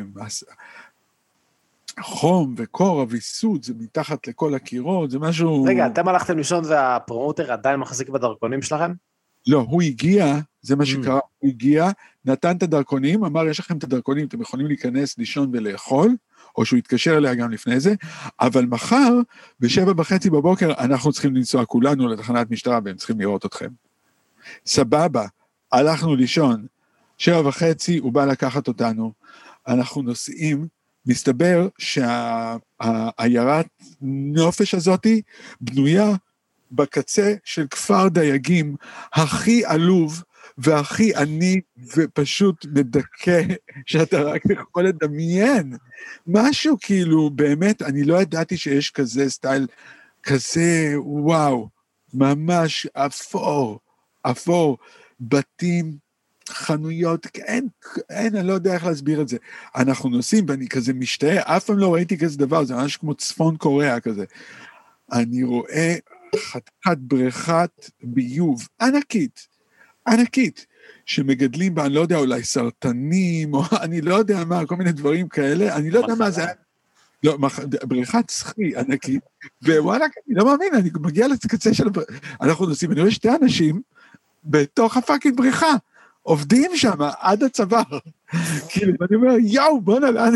וחום וקור, אביסות, זה מתחת לכל הקירות, זה משהו... רגע, אתם הלכתם לישון והפרומוטר עדיין מחזיק בדרכונים שלכם? לא, הוא הגיע, זה מה שקרה, הוא הגיע, נתן את הדרכונים, אמר, יש לכם את הדרכונים, אתם יכולים להיכנס, לישון ולאכול, או שהוא יתקשר אליה גם לפני זה, אבל מחר, ב7:30 בבוקר, אנחנו צריכים לנסוע כולנו לתחנת משטרה, והם צריכים לראות אתכם. סבבה, הלכנו לישון, 7:30, הוא בא לקחת אותנו, אנחנו נוסעים, מסתבר שהעיירת נופש הזאת, בנויה בקצה של כפר דייגים, הכי עלוב, והכי עני, ופשוט מדכא, שאתה רק יכול לדמיין. משהו כאילו, באמת, אני לא ידעתי שיש כזה סטייל, כזה, וואו, ממש אפור, בתים, חנויות, אין, אני לא יודע איך להסביר את זה. אנחנו נוסעים, ואני כזה משתאה, אף פעם לא ראיתי כזה דבר, זה ממש כמו צפון קוריאה כזה. אני רואה חתיכת בריכת ביוב, ענקית, שמגדלים בה, אני לא יודע, אולי סרטנים, או אני לא יודע מה, כל מיני דברים כאלה, אני לא יודע מה זה, לא, בריכת שחי ענקית, ווואלה, אני לא מאמין, אני מגיע לקצה של אנחנו נוסעים, אני רואה שתי אנשים, בתוך הפאקינג בריכה, עובדים שם עד הצוואר, כאילו, ואני אומר, יאו, בוא נלאה,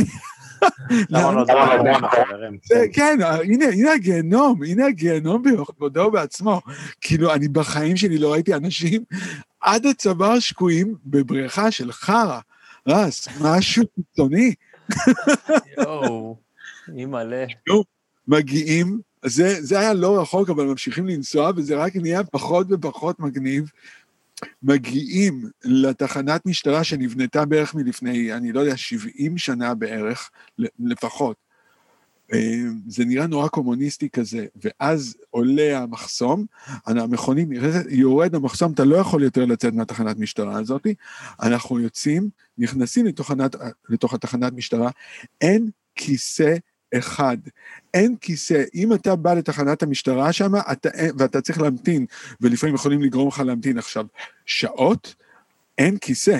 כן, הנה הגיהנום בכבודו בעצמו, כאילו אני בחיים שלי לא ראיתי אנשים עד הצוואר שקועים בבריכה של חרה, רס, משהו קיצוני. יואו, אימא'לה. מגיעים, זה היה לא רחוק, אבל ממשיכים לנסוע, וזה רק נהיה פחות ופחות מגניב, מגיעים לתחנת משטרה שנבנתה בערך מלפני, אני לא יודע, 70 שנה בערך, לפחות. זה נראה נורא קומוניסטי כזה, ואז עולה המחסום, המכונים, יורד המחסום, אתה לא יכול יותר לצאת מהתחנת משטרה הזאת, אנחנו יוצאים, נכנסים לתוך התחנת משטרה, אין כיסא אחד, אין כיסא, אם אתה בא לתחנת המשטרה שם, ואתה צריך להמתין, ולפעמים יכולים לגרום לך להמתין עכשיו שעות, אין כיסא.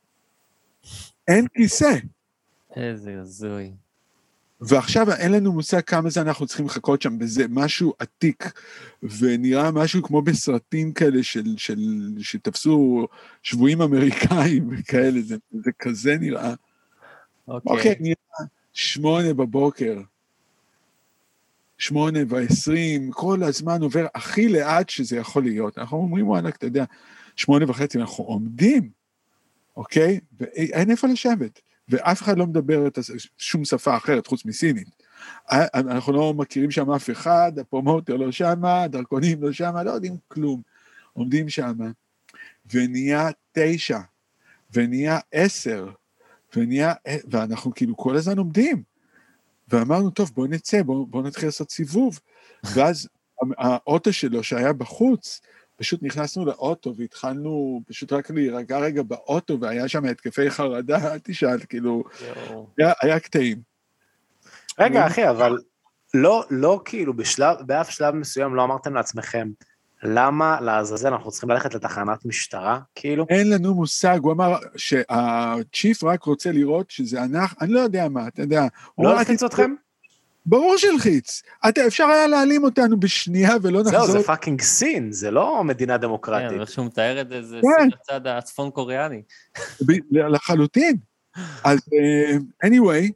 איזה הזוי. ועכשיו אין לנו מושג כמה זה אנחנו צריכים לחכות שם, וזה משהו עתיק, ונראה משהו כמו בסרטים כאלה, שתפסו שבויים אמריקאים וכאלה, זה כזה נראה. אוקיי, נראה 8 בבוקר, 8:20, כל הזמן עובר הכי לאט שזה יכול להיות. אנחנו אומרים, וואלה, אתה יודע, 8:30, אנחנו עומדים, אוקיי? ואין איפה לשבת, ואף אחד לא מדבר שום שפה אחרת, חוץ מסינית. אנחנו לא מכירים שם אף אחד, הפרומוטר לא שם, הדרכונים לא שם, לא יודעים כלום. עומדים שם, ונהיה 9, ונהיה 10, ואנחנו כאילו כל הזמן עומדים, ואמרנו, טוב, בוא נצא, בוא נתחיל לעשות סיבוב, ואז האוטו שלו שהיה בחוץ, פשוט נכנסנו לאוטו והתחלנו פשוט רק להירגע רגע באוטו, והיה שם התקפי חרדה, אל תשאל, כאילו, היה קטעים. רגע, אחי, אבל לא כאילו באף שלב מסוים לא אמרתם לעצמכם, למה לעזאזל אנחנו צריכים ללכת לתחנת משטרה, כאילו? אין לנו מושג, הוא אמר שהצ'יף רק רוצה לראות שזה אני לא יודע מה, אתה יודע. לא הלחיץ אתכם? ברור שלחיץ. אפשר היה להעלים אותנו בשנייה ולא נחזור. זהו, זה פאקינג סין, זה לא מדינה דמוקרטית. כן, שהוא מתאר את זה סין בצד הצפון קוריאני. לחלוטין. אז anyway,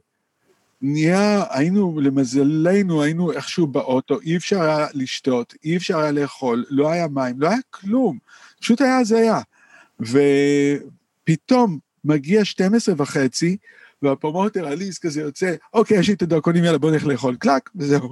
למזלנו, היינו איכשהו באוטו, אי אפשר היה לשתות, אי אפשר היה לאכול, לא היה מים, לא היה כלום, פשוט היה הזיה. ופתאום מגיע 12:30, והפרומוטר הליס כזה יוצא, אוקיי, יש לי את הדרכונים, יאללה, בוא נלך לאכול, קלק, וזהו.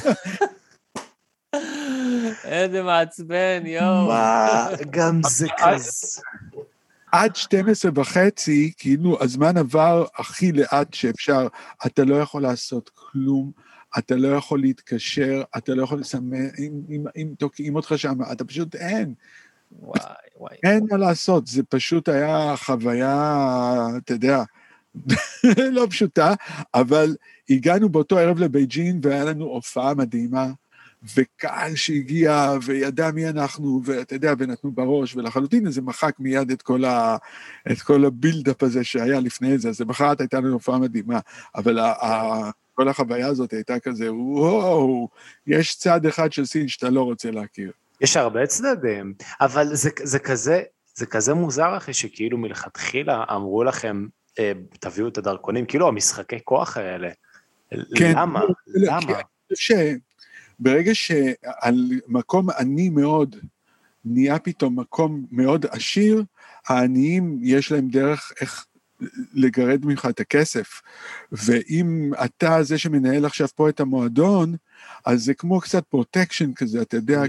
איזה מעצבן, יואו. מה, גם זה כזה. עד 12:30, כאילו, הזמן עבר הכי לאט שאפשר, אתה לא יכול לעשות כלום, אתה לא יכול להתקשר, אתה לא יכול לסמן, אם תוקעים אותך שם, אתה פשוט אין. וואי. אין מה לעשות, זה פשוט היה חוויה, אתה יודע, לא פשוטה, אבל הגענו באותו ערב לבייג'ין, והיה לנו הופעה מדהימה, וקהל שהגיע, וידע מי אנחנו, ואתה יודע, ונתנו בראש, ולחלוטין זה מחק מיד את כל הבילדאפ הזה שהיה לפני זה, אז למחרת הייתה לנו הופעה מדהימה, אבל כל החוויה הזאת הייתה כזה, וואו, יש צד אחד של סין שאתה לא רוצה להכיר. יש הרבה צדדים, אבל זה כזה מוזר, אחי, שכאילו מלכתחילה אמרו לכם, תביאו את הדרכונים, כאילו המשחקי כוח האלה. כן, למה? למה? אני חושב שברגע שעל מקום עני מאוד, נהיה פתאום מקום מאוד עשיר, העניים יש להם דרך איך לגרד ממך את הכסף, ואם אתה זה שמנהל עכשיו פה את המועדון, אז זה כמו קצת פרוטקשן כזה, אתה יודע,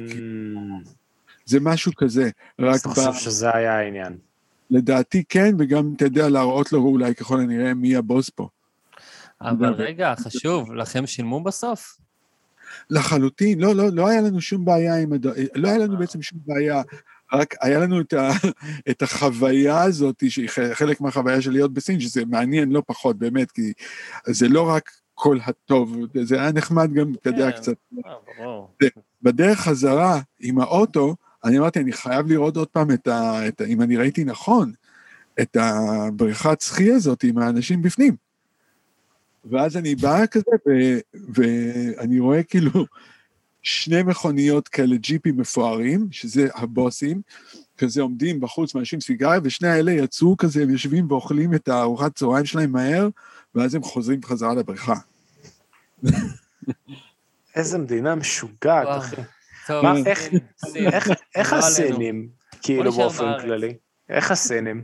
זה משהו כזה. אני חושב שזה היה העניין. לדעתי כן, וגם אתה יודע להראות לו אולי ככל הנראה מי הבוס פה. אבל רגע, חשוב, לכם שילמו בסוף? לחלוטין, לא היה לנו שום בעיה לא היה לנו בעצם שום בעיה, רק היה לנו את החוויה הזאת, שהיא חלק מהחוויה של להיות בסין, שזה מעניין לא פחות באמת, כי זה לא רק כל הטוב, זה היה נחמד גם, אתה יודע, קצת. בדרך חזרה עם האוטו, אני אמרתי, אני חייב לראות עוד פעם אם אני ראיתי נכון, את הבריכת שחי הזאת עם האנשים בפנים. ואז אני בא כזה, ואני רואה כאילו 2 מכוניות כאלה ג'יפים מפוארים, שזה הבוסים, כזה עומדים בחוץ מאנשים סיגריה, ושני האלה יצאו כזה, הם יושבים ואוכלים את הארוחת צהריים שלהם מהר, ואז הם חוזרים חזרה לבריכה. איזה מדינה משוגעת, אחי. איך הסינים, כאילו באופן כללי? איך הסינים?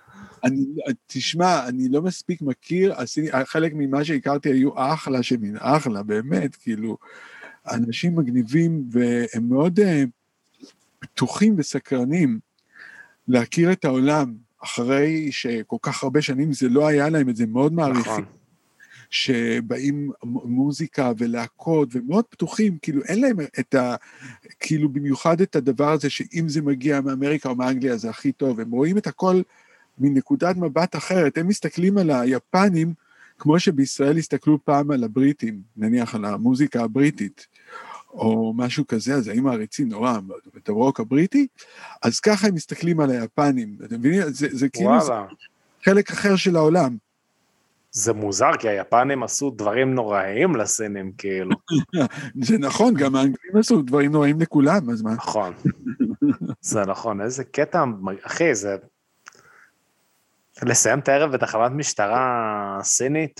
תשמע, אני לא מספיק מכיר, חלק ממה שהכרתי היו אחלה שמין, אחלה, באמת, כאילו, אנשים מגניבים, והם מאוד פתוחים וסקרנים להכיר את העולם, אחרי שכל כך הרבה שנים זה לא היה להם את זה, מאוד מעריכים. שבאים מוזיקה ולהקות, ומאוד פתוחים, כאילו אין להם כאילו במיוחד את הדבר הזה, שאם זה מגיע מאמריקה או מאנגליה, זה הכי טוב, הם רואים את הכל מנקודת מבט אחרת, הם מסתכלים על היפנים, כמו שבישראל הסתכלו פעם על הבריטים, נניח על המוזיקה הבריטית, או משהו כזה, אז האם העריצים נורא, את הרוק הבריטי, אז ככה הם מסתכלים על היפנים, אתם מבינים? זה כאילו חלק אחר של העולם. זה מוזר, כי היפנים עשו דברים נוראים לסינים, כאילו. זה נכון, גם האנגלים עשו דברים נוראים לכולם, אז מה? נכון. זה נכון, איזה קטע, אחי, זה... לסיים את הערב בתחנת משטרה סינית,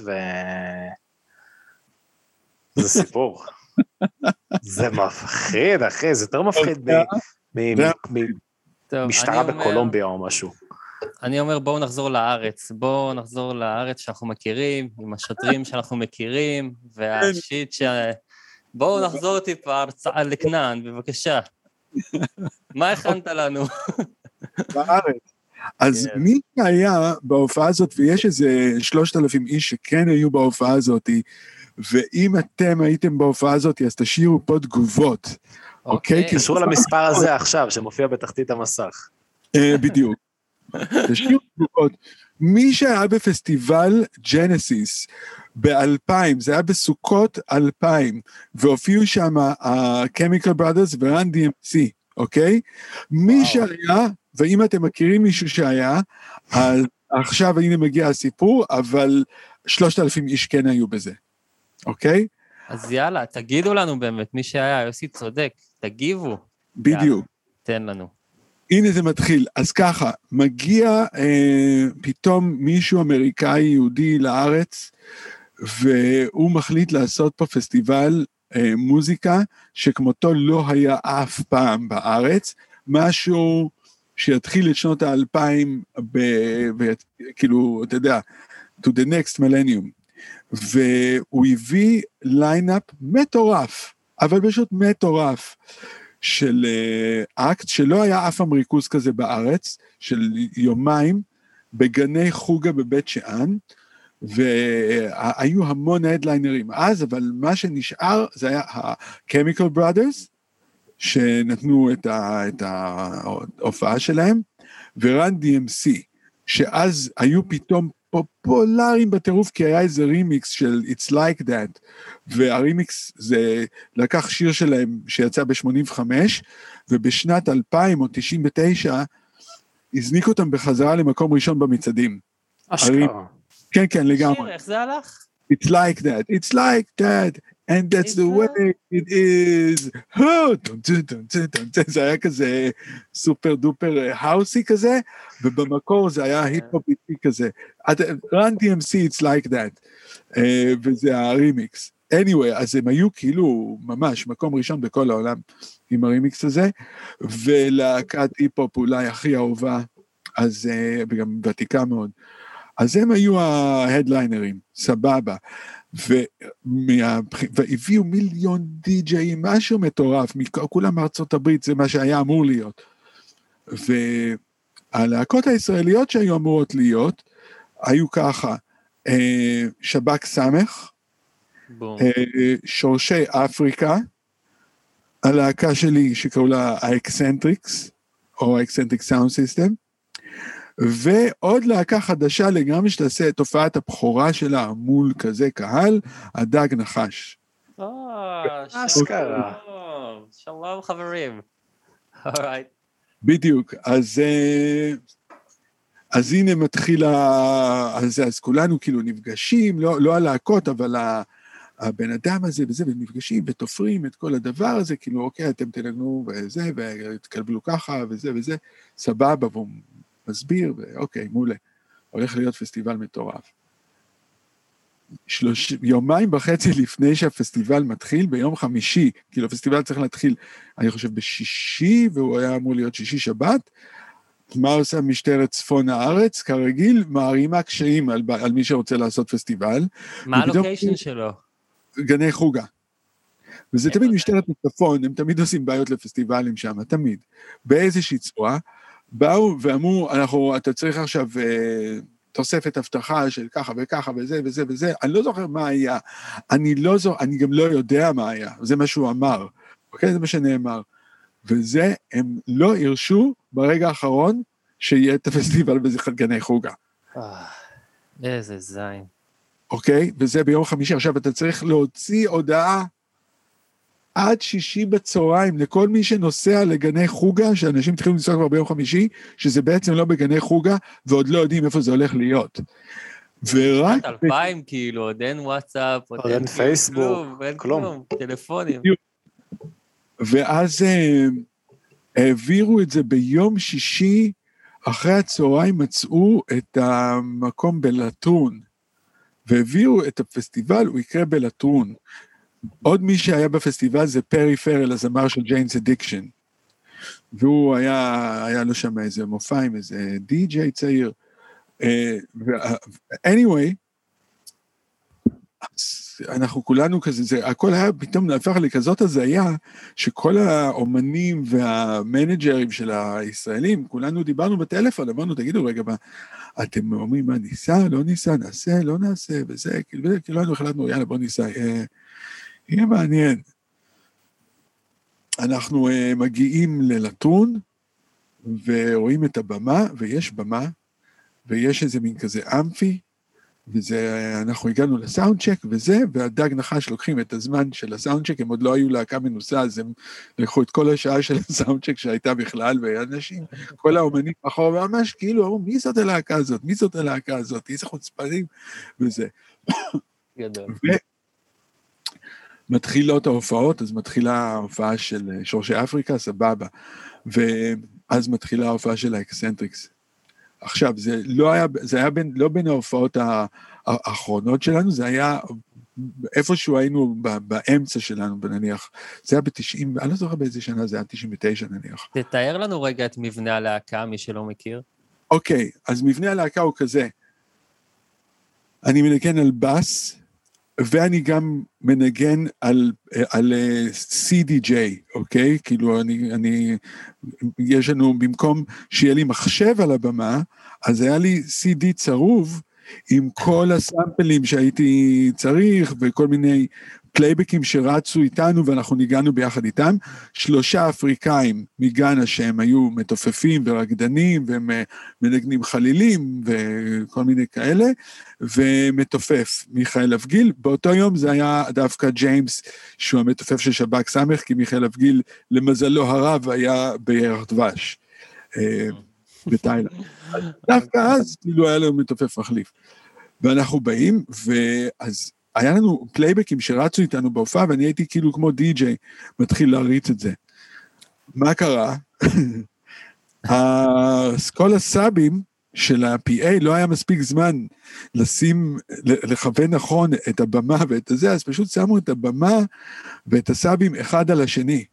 זה סיפור. זה מפחיד, אחי, זה יותר מפחיד ממשטרה בקולומביה או משהו. אני אומר, בואו נחזור לארץ שאנחנו מכירים, עם השוטרים שאנחנו מכירים, והשיט בואו נחזור טיפה לכנען, בבקשה. מה הכנת לנו? בארץ. אז מי היה בהופעה הזאת, ויש איזה 3,000 איש שכן היו בהופעה הזאת, ואם אתם הייתם בהופעה הזאת, אז תשאירו פה תגובות, אוקיי? קשור למספר הזה עכשיו, שמופיע בתחתית המסך. בדיוק. תשאיר תגובות. מי שהיה בפסטיבל ג'נסיס ב-2000, זה היה בסוכות 2000, והופיעו שם ה-Chemical Brothers ו-Run DMC, אוקיי? מי שהיה, ואם אתם מכירים מישהו שהיה, אז עכשיו הנה מגיע הסיפור, אבל 3,000 איש כן היו בזה, אוקיי? אז יאללה, תגידו לנו באמת, מי שהיה, יוסי צודק, תגיבו. בדיוק. יאללה, תן לנו. הנה זה מתחיל, אז ככה, מגיע פתאום מישהו אמריקאי יהודי לארץ, והוא מחליט לעשות פה פסטיבל מוזיקה, שכמותו לא היה אף פעם בארץ, משהו שיתחיל את שנות ה-2000, כאילו, אתה יודע, to the next millennium, והוא הביא ליינאפ מטורף, אבל פשוט מטורף, של אקט שלא היה אף אמריקוס כזה בארץ, של יומיים, בגני חוגה בבית שאן, והיו המון הדליינרים אז, אבל מה שנשאר זה היה ה-Chemical Brothers, שנתנו את ההופעה שלהם, ו-Run DMC, שאז היו פתאום פופולריים בטירוף, כי היה איזה רימיקס של It's Like That, והרימיקס זה לקח שיר שלהם שיצא ב-85, ובשנת 2000 או 99, הזניק אותם בחזרה למקום ראשון במצעדים. אשכרה. כן, כן, לגמרי. שיר, איך זה הלך? It's like that, it's like that, and that's the way it is. זה היה כזה סופר דופר האוסי כזה, ובמקור זה היה היפ-הופיטי כזה. Run DMC, it's like that. וזה הרימיקס. anyway, אז הם היו כאילו ממש מקום ראשון בכל העולם עם הרימיקס הזה, ולהקת היפ-הופ אולי הכי אהובה, אז גם ותיקה מאוד. אז הם היו ההדליינרים, סבבה, והביאו מיליון די-ג'אים, משהו מטורף, כולם מארצות הברית, זה מה שהיה אמור להיות. והלהקות הישראליות שהיו אמורות להיות, היו ככה, שבק סמך, שורשי אפריקה, הלהקה שלי שקראו לה האקסנטריקס, או האקסנטריק סאונד סיסטם, ועוד להקה חדשה לגמרי שתעשה את תופעת הבכורה שלה מול כזה קהל, הדג נחש. אשכרה. שלום חברים. בדיוק, אז הנה מתחיל, אז כולנו כאילו נפגשים, לא הלהקות, אבל הבן אדם הזה וזה, ונפגשים ותופרים את כל הדבר הזה, כאילו אוקיי, אתם תנגנו וזה, ותקלבלו ככה וזה וזה, סבבה, והוא מסביר, ואוקיי, מעולה, הולך להיות פסטיבל מטורף. יומיים וחצי לפני שהפסטיבל מתחיל, ביום חמישי, כאילו הפסטיבל צריך להתחיל, אני חושב בשישי, והוא היה אמור להיות שישי שבת, מה עושה משטרת צפון הארץ? כרגיל, מערימה קשיים על מי שרוצה לעשות פסטיבל. מה הלוקיישן שלו? גני חוגה. וזה תמיד משטרת מצפון, הם תמיד עושים בעיות לפסטיבלים שם, תמיד. באיזושהי צורה, באו ואמרו, אתה צריך עכשיו תוספת הבטחה של ככה וככה וזה וזה וזה, אני לא זוכר מה היה, אני גם לא יודע מה היה, זה מה שהוא אמר, אוקיי? זה מה שנאמר. וזה, הם לא הרשו ברגע האחרון שיהיה את הפסטיבל בזה גני חוגה. איזה זין. אוקיי? וזה ביום חמישי, עכשיו אתה צריך להוציא הודעה עד שישי בצהריים, לכל מי שנוסע לגני חוגה, שאנשים התחילו לנסוע כבר ביום חמישי, שזה בעצם לא בגני חוגה, ועוד לא יודעים איפה זה הולך להיות. ורק 2000 כאילו, עוד אין וואטסאפ, עוד אין פייסבוק, כלום, טלפונים. ואז העבירו את זה ביום שישי, אחרי הצהריים מצאו את המקום בלטרון, והעבירו את הפסטיבל, הוא יקרה בלטרון. עוד מי שהיה בפסטיבל זה פרי פרל, הזמר של ג'יינס אדיקשן, והוא היה לו שם איזה מופע עם איזה די-ג'יי צעיר. anyway, אנחנו כולנו כזה, הכל היה פתאום נהפך לכזאת הזיה, שכל האומנים והמנג'רים של הישראלים, כולנו דיברנו בטלפון, אמרנו, תגידו רגע, אתם אומרים מה ניסה, לא ניסה, נעשה, לא נעשה, וזה, כאילו החלטנו, יאללה בוא ניסה, יהיה מעניין. אנחנו מגיעים ללטרון, ורואים את הבמה, ויש במה, ויש איזה מין כזה אמפי, אנחנו הגענו לסאונד צ'ק וזה, והדג נחש לוקחים את הזמן של הסאונד צ'ק, הם עוד לא היו להקה מנוסה, אז הם לקחו את כל השעה של הסאונד צ'ק שהייתה בכלל, ואנשים, כל האומנים אחורה, ממש כאילו, אמרו, מי זאת הלהקה הזאת? מי זאת הלהקה הזאת? איזה חוצפנים? וזה. גדול. מתחילות ההופעות, אז מתחילה ההופעה של שורשי אפריקה, סבבה, ואז מתחילה ההופעה של האקסנטריקס. עכשיו, זה היה לא בין ההופעות האחרונות שלנו, זה היה איפשהו היינו באמצע שלנו, נניח. זה היה ב-90, אני לא זוכר באיזה שנה, זה היה 99 נניח. תתאר לנו רגע את מבנה הלהקה, מי שלא מכיר. אוקיי, אז מבנה הלהקה הוא כזה. אני מנגן על בס, ואני גם מנגן על CDJ, אוקיי? כאילו, יש לנו, במקום שיהיה לי מחשב על הבמה, אז היה לי CD צרוב, עם כל הסאמפלים שהייתי צריך, וכל מיני פלייבקים שרצו איתנו, ואנחנו ניגענו ביחד איתם, 3 אפריקאים מגאנה שהם היו מתופפים ורקדנים, והם מנגנים חלילים, וכל מיני כאלה, ומתופף מיכאל אבגיל, באותו יום זה היה דווקא ג'יימס, שהוא המתופף של שבק סמך, כי מיכאל אבגיל, למזלו הרב, היה בירח דבש, בתאילנד. דווקא אז, כאילו היה לנו מתופף מחליף. ואנחנו באים, ואז היה לנו פלייבקים שרצו איתנו בהופעה, ואני הייתי כאילו כמו די-ג'יי, מתחיל להריץ את זה. מה קרה? כל הסאבים של ה-PA לא היה מספיק זמן לכוון נכון את הבמה ואת זה, אז פשוט שמו את הבמה ואת הסאבים אחד על השני.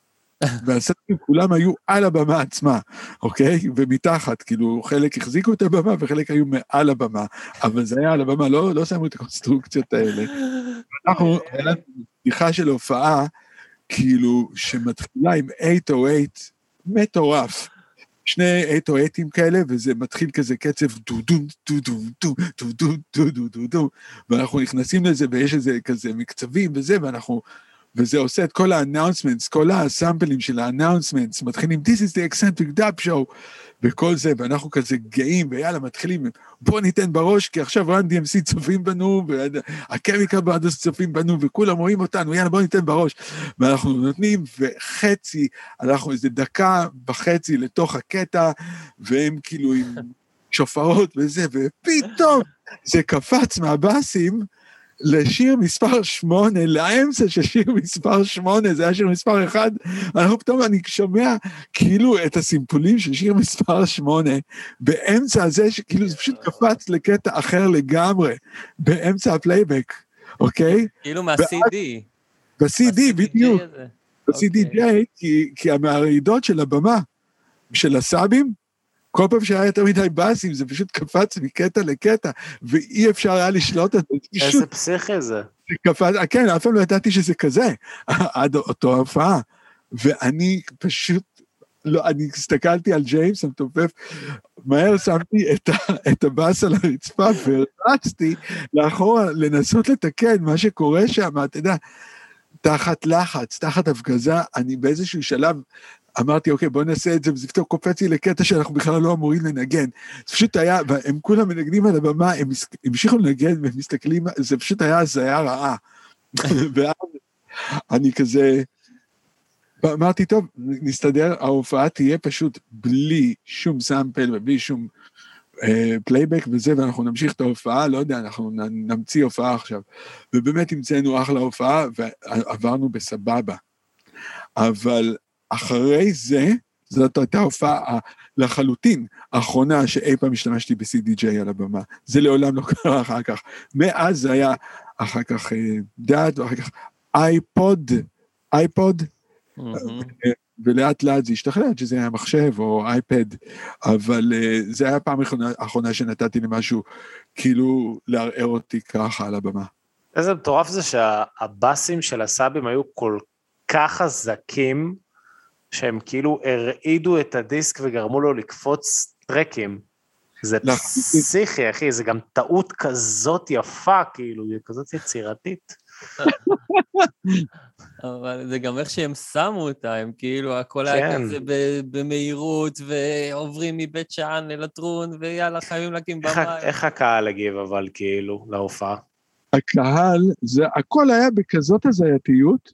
והסאבים כולם היו על הבמה עצמה, אוקיי? ומתחת, כאילו חלק החזיקו את הבמה וחלק היו מעל הבמה, אבל זה היה על הבמה, לא שמו את הקונסטרוקציות האלה. אנחנו, היה לנו פתיחה של הופעה, כאילו שמתחילה עם 808, מטורף. 2 808 כאלה, וזה מתחיל כזה קצב דו-דום, דו-דום, דו-דום, דו-דום, דו-דום, ואנחנו נכנסים לזה, ויש איזה כזה מקצבים וזה, וזה עושה את כל האנאונסמנטס, כל הסאמפלים של האנאונסמנטס, מתחילים, this is the eccentric dub show, וכל זה, ואנחנו כזה גאים, ויאללה, מתחילים, בוא ניתן בראש, כי עכשיו רן DMC צופים בנו, והקמיקל ברדרס צופים בנו, וכולם רואים אותנו, יאללה, בוא ניתן בראש, ואנחנו נותנים, וחצי, אנחנו איזה 1.5 דקות לתוך הקטע, והם כאילו עם שופרות וזה, ופתאום זה קפץ מהבאסים, לשיר מספר 8, לאמצע של שיר מספר 8, זה היה שיר מספר 1, פתאום אני שומע כאילו את הסימפולים של שיר מספר 8, באמצע הזה שכאילו זה פשוט קפץ לקטע אחר לגמרי, באמצע הפלייבק, אוקיי? כאילו מה-CD. ב-CD, בדיוק. ב-CDJ, כי מהרעידות של הבמה, של הסאבים, כל פעם שהיה יותר מדי בסים, זה פשוט קפץ מקטע לקטע, ואי אפשר היה לשלוט את זה. איזה פסיכי זה. כן, אף פעם לא ידעתי שזה כזה, עד אותו ההופעה. ואני פשוט, אני הסתכלתי על ג'יימס המתופף, מהר שמתי את הבאס על הרצפה, ורצתי לאחורה לנסות לתקן מה שקורה שם, אתה יודע, תחת לחץ, תחת הפגזה, אני באיזשהו שלב, אמרתי, אוקיי, בוא נעשה את זה, וזה פתאום קופץ לי לקטע שאנחנו בכלל לא אמורים לנגן. זה פשוט היה, הם כולם מנגנים על הבמה, הם המשיכו לנגן, והם מסתכלים, זה פשוט היה הזיה רעה. ואז אני כזה, אמרתי, טוב, נסתדר, ההופעה תהיה פשוט בלי שום סאמפל, ובלי שום פלייבק וזה, ואנחנו נמשיך את ההופעה, לא יודע, אנחנו נמציא הופעה עכשיו. ובאמת המצאנו אחלה הופעה, ועברנו בסבבה. אבל אחרי זה, זאת הייתה הופעה לחלוטין, האחרונה שאי פעם השתמשתי ב-CDJ על הבמה. זה לעולם לא קרה אחר כך. מאז זה היה אחר כך דאט, ואחר כך אייפוד, ולאט לאט זה השתכנע, שזה היה מחשב או אייפד, אבל זה היה הפעם האחרונה שנתתי למשהו, כאילו לערער אותי ככה על הבמה. איזה מטורף זה שהבאסים של הסאבים היו כל כך חזקים, שהם כאילו הרעידו את הדיסק וגרמו לו לקפוץ טרקים. זה פסיכי, אחי, זה גם טעות כזאת יפה, כאילו, כזאת יצירתית. אבל זה גם איך שהם שמו אותה, הם כאילו, הכל היה כזה במהירות, ועוברים מבית שען ללטרון, ויאללה, חייבים להקים במים. איך הקהל הגיב, אבל כאילו, להופעה? הקהל, הכל היה בכזאת הזייתיות,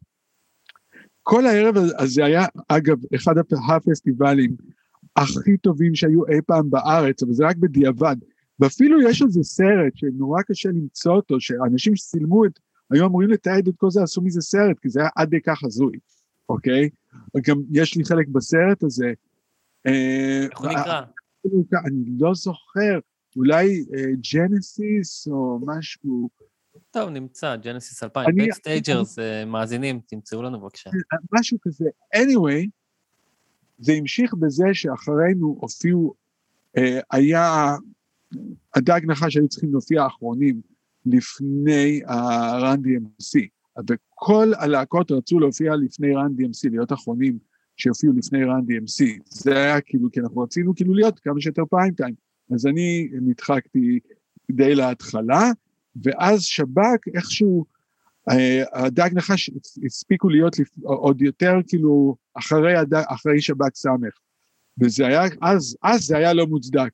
כל הערב הזה היה, אגב, אחד הפסטיבלים הכי טובים שהיו אי פעם בארץ, אבל זה רק בדיעבד, ואפילו יש איזה סרט שנורא קשה למצוא אותו, שאנשים שצילמו היו אמורים לתעד את כל זה, עשו מזה סרט, כי זה היה עד כך הזוי, אוקיי? וגם יש לי חלק בסרט הזה. איך הוא נקרא? אני לא זוכר, אולי ג'נסיס או משהו. טוב, נמצא, ג'נסיס 2000, בקסטייג'רס, מאזינים, תמצאו לנו בבקשה. משהו כזה. anyway, זה המשיך בזה שאחרינו הופיעו, היה הדג נחש שהיו צריכים להופיע האחרונים, לפני רן DMC, וכל הלהקות רצו להופיע לפני רן DMC, להיות אחרונים שהופיעו לפני רן DMC, זה היה כאילו, כי אנחנו רצינו כאילו להיות כמה שיותר פריים טיים, אז אני נדחקתי די להתחלה, ואז שבק איכשהו, הדג נחש הספיקו להיות עוד יותר כאילו, אחרי שבק סמך, וזה היה, אז זה היה לא מוצדק,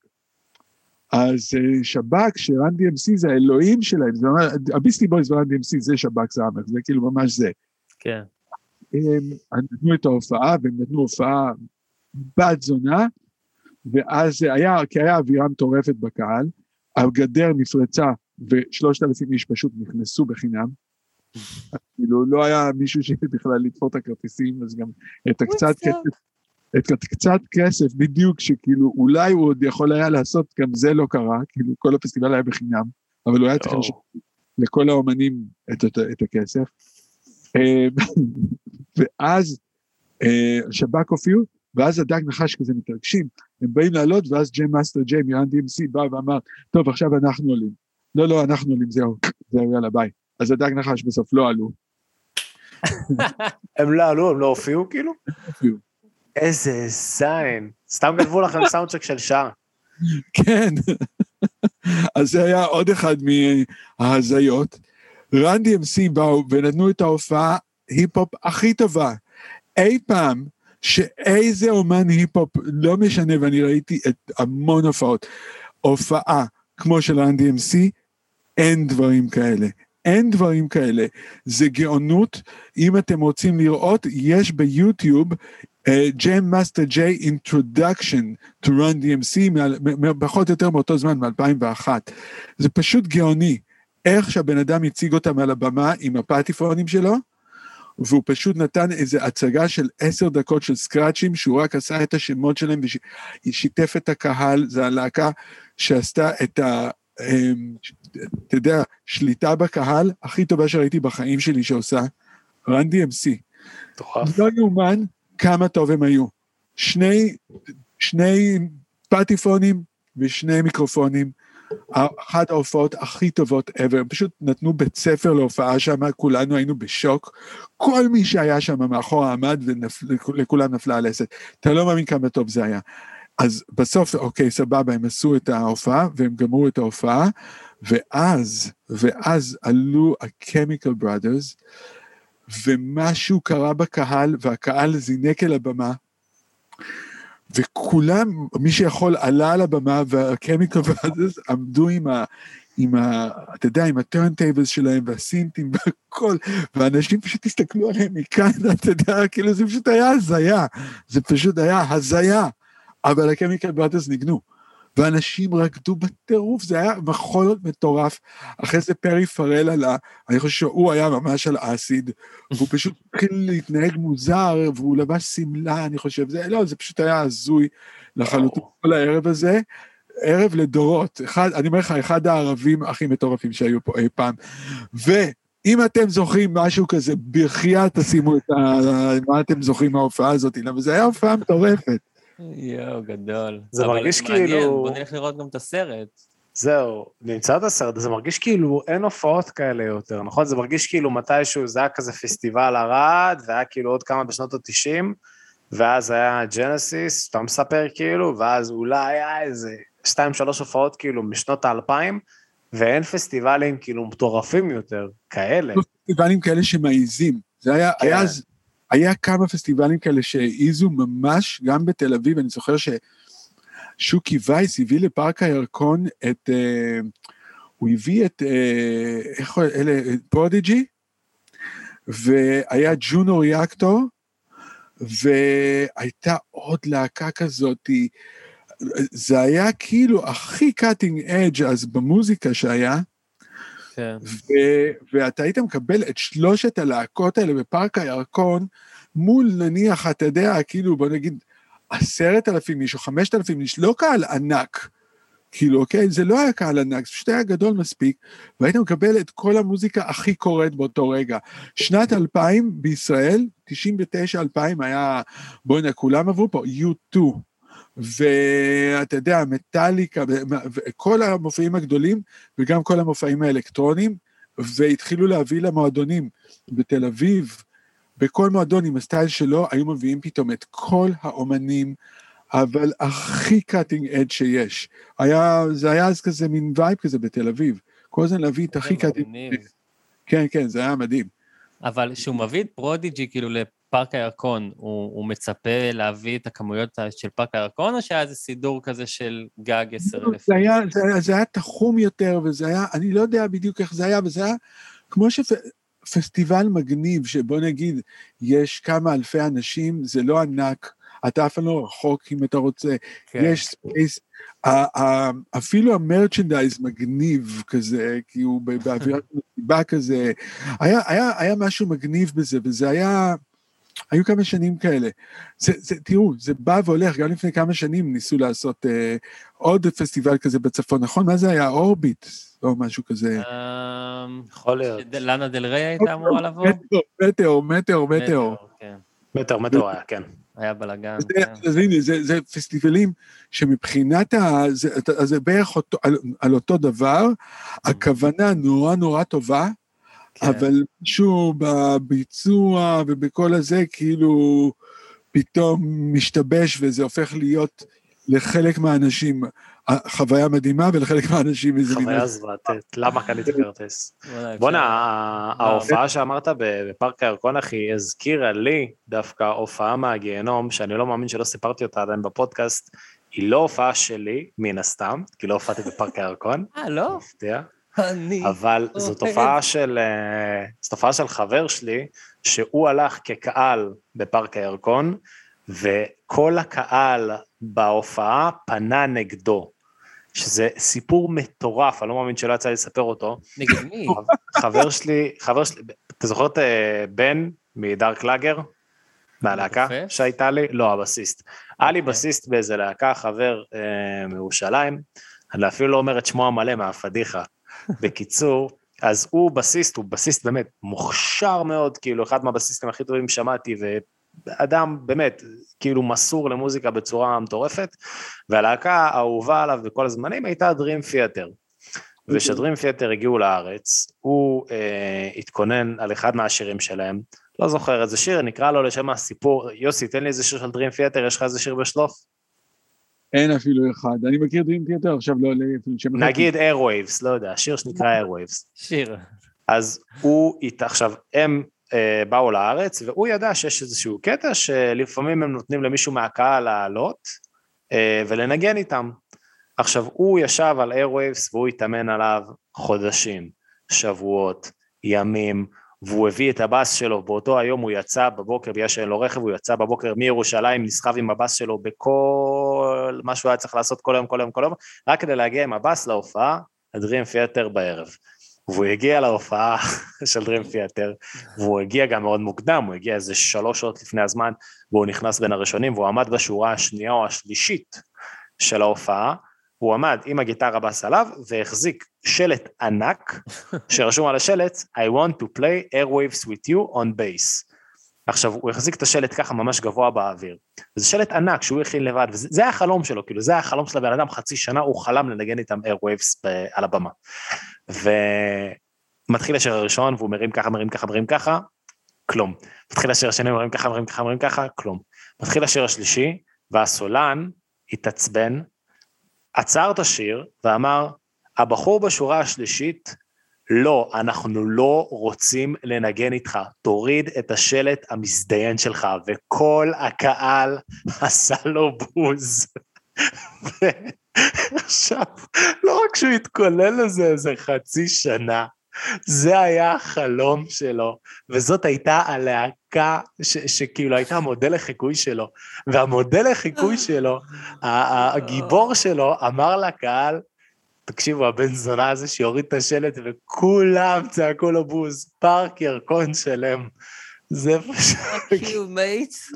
אז שבק, שרן DMC זה האלוהים שלהם, זה אומר, הביסטי בויז ורן DMC זה שבק סמך, זה כאילו ממש זה. כן. הם נתנו את ההופעה, והם נתנו הופעה בת זונה, ואז היה, כי היה אווירה מטורפת בקהל, הגדר נפרצה, ו3,000 איש פשוט נכנסו בחינם, כאילו לא היה מישהו שבכלל לתפור את הכרטיסים, אז גם את קצת כסף, בדיוק שכאילו אולי הוא עוד יכול היה לעשות, גם זה לא קרה, כאילו כל הפסטיבל היה בחינם, אבל הוא היה צריך לכל האומנים את הכסף, ואז שבק הופיעו, ואז הדג נחש כזה מתרגשים, הם באים לעלות, ואז מאסטר ג'יי מרן DMC בא ואמר, טוב עכשיו אנחנו עולים, לא אנחנו עולים, זהו יאללה ביי, אז הדג נחש בסוף לא עלו. הם לא עלו, הם לא הופיעו כאילו? הופיעו. איזה זין, סתם גנבו לכם סאונדשק של שעה. כן, אז זה היה עוד אחד מההזיות, רן DMC באו ונתנו את ההופעה היפ-הופ הכי טובה, אי פעם שאיזה אומן היפ-הופ, לא משנה, ואני ראיתי את המון הופעה כמו של רן DMC, אין דברים כאלה, זה גאונות, אם אתם רוצים לראות, יש ביוטיוב, Jam Master J Introduction to Run DMC, פחות או יותר מאותו זמן, מ-2001, זה פשוט גאוני, איך שהבן אדם הציג אותם על הבמה עם הפטיפונים שלו, והוא פשוט נתן איזו הצגה של 10 דקות של סקראצ'ים, שהוא רק עשה את השמות שלהם, ושיתף את הקהל, זה הלהקה שעשתה את אתה יודע, שליטה בקהל, הכי טובה שראיתי בחיים שלי שעושה, רן DMC. לא יאומן כמה טוב הם היו. שני פטיפונים ושני מיקרופונים, אחת ההופעות הכי טובות ever, הם פשוט נתנו בית ספר להופעה שם, כולנו היינו בשוק, כל מי שהיה שם מאחור עמד ולכולם נפלה הלסת, אתה לא מאמין כמה טוב זה היה. אז בסוף, אוקיי, סבבה, הם עשו את ההופעה, והם גמרו את ההופעה, ואז עלו ה-Chemical Brothers, ומשהו קרה בקהל, והקהל זינק אל הבמה, וכולם, מי שיכול עלה על הבמה, וה-Chemical Brothers עמדו אתה יודע, עם הטרנטייבלס שלהם, והסינטים, והכל, ואנשים פשוט הסתכלו עליהם מכאן, אתה יודע, כאילו זה פשוט היה הזיה, זה פשוט היה הזיה, אבל ה-Chemical Brothers ניגנו, ואנשים רקדו בטירוף, זה היה מחול מטורף, אחרי זה פרי פרל עלה, אני חושב שהוא היה ממש על אסיד, והוא פשוט התחיל להתנהג מוזר, והוא לבש סמלה, אני חושב, זה פשוט היה הזוי לחלוטין כל הערב הזה, ערב לדורות, אני אומר לך, אחד הערבים הכי מטורפים שהיו פה אי פעם, ואם אתם זוכרים משהו כזה, בחייאת תשימו מה אתם זוכרים מההופעה הזאת, למה זה היה הופעה מטורפת. יואו, גדול. זה מרגיש כאילו... בוא נלך לראות גם את הסרט. זהו, נמצא את הסרט, זה מרגיש כאילו אין הופעות כאלה יותר, נכון? זה מרגיש כאילו מתישהו זה היה כזה פסטיבל ערד, והיה כאילו עוד כמה בשנות ה-90, ואז היה ג'נסיס, אתה מספר כאילו, ואז אולי היה איזה 2-3 הופעות כאילו משנות ה-2000, ואין פסטיבלים כאילו מטורפים יותר, כאלה. פסטיבלים כאלה שמעיזים. זה היה כמה פסטיבלים כאלה שהעיזו ממש, גם בתל אביב, אני זוכר ששוקי וייס הביא לפארק הירקון הוא הביא את פרודיג'י, והיה ג'ונו ריאקטור, והייתה עוד להקה כזאת, זה היה כאילו הכי קאטינג אדג' אז במוזיקה שהיה, כן. ואתה היית מקבל את 3 הלהקות האלה בפארק הירקון, מול נניח, אתה יודע, כאילו בוא נגיד, 10,000 איש או 5,000 איש, לא קהל ענק, כאילו, אוקיי, זה לא היה קהל ענק, זה פשוט היה גדול מספיק, והיית מקבל את כל המוזיקה הכי קורית באותו רגע. שנת 2000 בישראל, 99-2000 היה, בוא נגיד, כולם עברו פה, U2, ואתה יודע, מטליקה, וכל המופעים הגדולים, וגם כל המופעים האלקטרונים, והתחילו להביא למועדונים בתל אביב, בכל מועדון עם הסטייל שלו, היו מביאים פתאום את כל האומנים, אבל הכי קאטינג אד שיש. זה היה אז כזה מין וייב כזה בתל אביב, כל הזמן להביא את הכי קאטינג אד. כן, כן, זה היה מדהים. אבל שהוא מביא את פרודיג'י כאילו לפארק הירקון, הוא מצפה להביא את הכמויות של פארק הירקון, או שהיה איזה סידור כזה של גג 10,000? זה היה תחום יותר, וזה היה, אני לא יודע בדיוק איך זה היה, וזה היה כמו פסטיבל מגניב, שבוא נגיד, יש כמה אלפי אנשים, זה לא ענק, אתה אף לא רחוק אם אתה רוצה, כן. יש ספייס, אפילו המרצ'נדייז מגניב כזה, כי הוא באווירת מסיבה כזה, היה משהו מגניב בזה, וזה היו כמה שנים כאלה. תראו, זה בא והולך, גם לפני כמה שנים ניסו לעשות עוד פסטיבל כזה בצפון, נכון? מה זה היה? אורביט, או משהו כזה. יכול להיות. לאנה דל ריי הייתה אמורה לבוא? מטאור. מטאור היה, כן. היה בלגן. אז הנה, זה פסטיבלים שמבחינת, זה בערך על אותו דבר, הכוונה נורא נורא טובה, אבל משהו בביצוע ובכל הזה, כאילו פתאום משתבש, וזה הופך להיות לחלק מהאנשים חוויה מדהימה, ולחלק מהאנשים איזה מיני... חוויה זוועתת, למה קניתי כרטס? בוא'נה, ההופעה שאמרת בפארק הירקון, אחי, הזכירה לי דווקא הופעה מהגיהנום, שאני לא מאמין שלא סיפרתי אותה עדיין בפודקאסט, היא לא הופעה שלי, מן הסתם, כי לא הופעתי בפארק הירקון. לא? מפתיע. אבל זאת תופעה של חבר שלי, שהוא הלך כקהל בפארק הירקון, וכל הקהל בהופעה פנה נגדו, שזה סיפור מטורף, אני לא מאמין שלא יצא לי לספר אותו. נגד מי? חבר שלי, אתה זוכר את בן מדארק לאגר? מהלהקה שהייתה לי? לא, הבסיסט. היה לי בסיסט באיזה להקה, חבר מירושלים, אני אפילו לא אומר את שמו המלא מהפדיחה. בקיצור, אז הוא בסיסט באמת מוכשר מאוד, כאילו אחד מהבסיסטים הכי טובים שמעתי, ואדם באמת כאילו מסור למוזיקה בצורה מטורפת, והלהקה האהובה עליו בכל הזמנים הייתה דרים תיאטר, ושדרים תיאטר הגיעו לארץ, הוא התכונן על אחד מהשירים שלהם, לא זוכר איזה שיר, נקרא לו לשם הסיפור, יוסי תן לי איזה שיר של דרים תיאטר, יש לך איזה שיר בשלוף? אין אפילו אחד, אני מכיר דרים תיאטר, עכשיו לא... נגיד Airwaves, לא יודע, שיר שנקרא Airwaves. שיר. אז עכשיו, הם באו לארץ, והוא ידע שיש איזשהו קטע, שלפעמים הם נותנים למישהו מהקהל לעלות, ולנגן איתם. עכשיו, הוא ישב על Airwaves, והוא התאמן עליו חודשים, שבועות, ימים, והוא הביא את הבאס שלו, באותו היום הוא יצא בבוקר, בגלל שאין לו רכב, הוא יצא בבוקר מירושלים, נסחב עם הבאס שלו בכל מה שהוא היה צריך לעשות כל יום, רק כדי להגיע עם הבאס להופעה, הדרים תיאטר בערב. והוא הגיע להופעה של דרים תיאטר, והוא הגיע גם מאוד מוקדם, הוא הגיע איזה 3 שעות לפני הזמן, והוא נכנס בין הראשונים, והוא עמד בשורה השנייה או השלישית של ההופעה, הוא עמד עם הגיטרה בס עליו, והחזיק שלט ענק, שרשום על השלט, I want to play Airwaves with you on bass. עכשיו, הוא החזיק את השלט ככה ממש גבוה באוויר. זה שלט ענק שהוא הכין לבד, וזה היה החלום שלו, כאילו, זה היה החלום של הבן אדם, חצי שנה הוא חלם לנגן איתם Airwaves על הבמה. ומתחיל השיר הראשון, והוא מרים ככה, כלום. מתחיל השיר השני, מרים ככה, כלום. מתחיל השיר השלישי, והסולן התעצבן, עצר את השיר ואמר, הבחור בשורה השלישית, לא, אנחנו לא רוצים לנגן איתך, תוריד את השלט המזדיין שלך, וכל הקהל עשה לו בוז. עכשיו, לא רק שהוא התכונן לזה איזה חצי שנה, זה היה החלום שלו, וזאת הייתה הלהקה שכאילו הייתה המודל לחיקוי שלו, והמודל לחיקוי שלו, הגיבור שלו אמר לקהל, תקשיבו, הבן זונה הזה שיוריד את השלט, וכולם צעקו לו בוז, פארק ירקון שלם. זה פשוט... Fuck you, mate.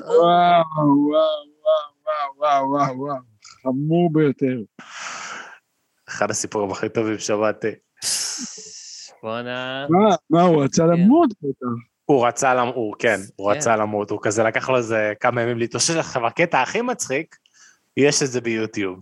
וואו, חמור ביותר. אחד הסיפורים הכי טובים שמעתי. בואנה. מה, הוא רצה למות בטח. הוא רצה למות, כן, הוא רצה למות, הוא כזה לקח לו איזה כמה ימים להתאושש. עכשיו, הקטע הכי מצחיק, יש את זה ביוטיוב.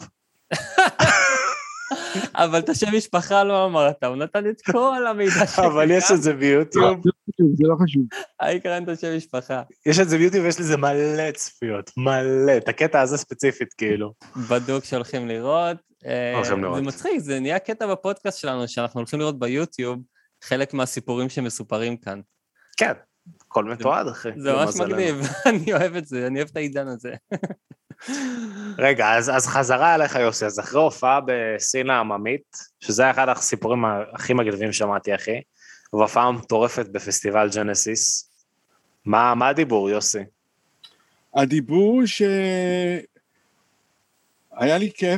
אבל את השם משפחה לא אמרת, הוא נתן את כל המידע שלך. אבל יש את זה ביוטיוב. זה לא חשוב. העיקר את השם משפחה. יש את זה ביוטיוב ויש לזה מלא צפיות, מלא. את הקטע הזה ספציפית, כאילו. בדוק שהולכים לראות. הולכים לראות. זה מצחיק, זה נהיה קטע בפודקאסט שלנו, שאנחנו הולכים לראות ביוטיוב, חלק מהסיפורים שמסופרים כאן. כן, הכל מתועד, אחי. זה ממש מגניב, אני אוהב את זה, אני אוהב את העידן הזה. רגע, אז חזרה אליך יוסי, אז אחרי הופעה בסין העממית, שזה אחד הסיפורים הכי מגניבים שמעתי, אחי, והופעה מטורפת בפסטיבל ג'נסיס, מה הדיבור, יוסי? הדיבור היה לי כיף.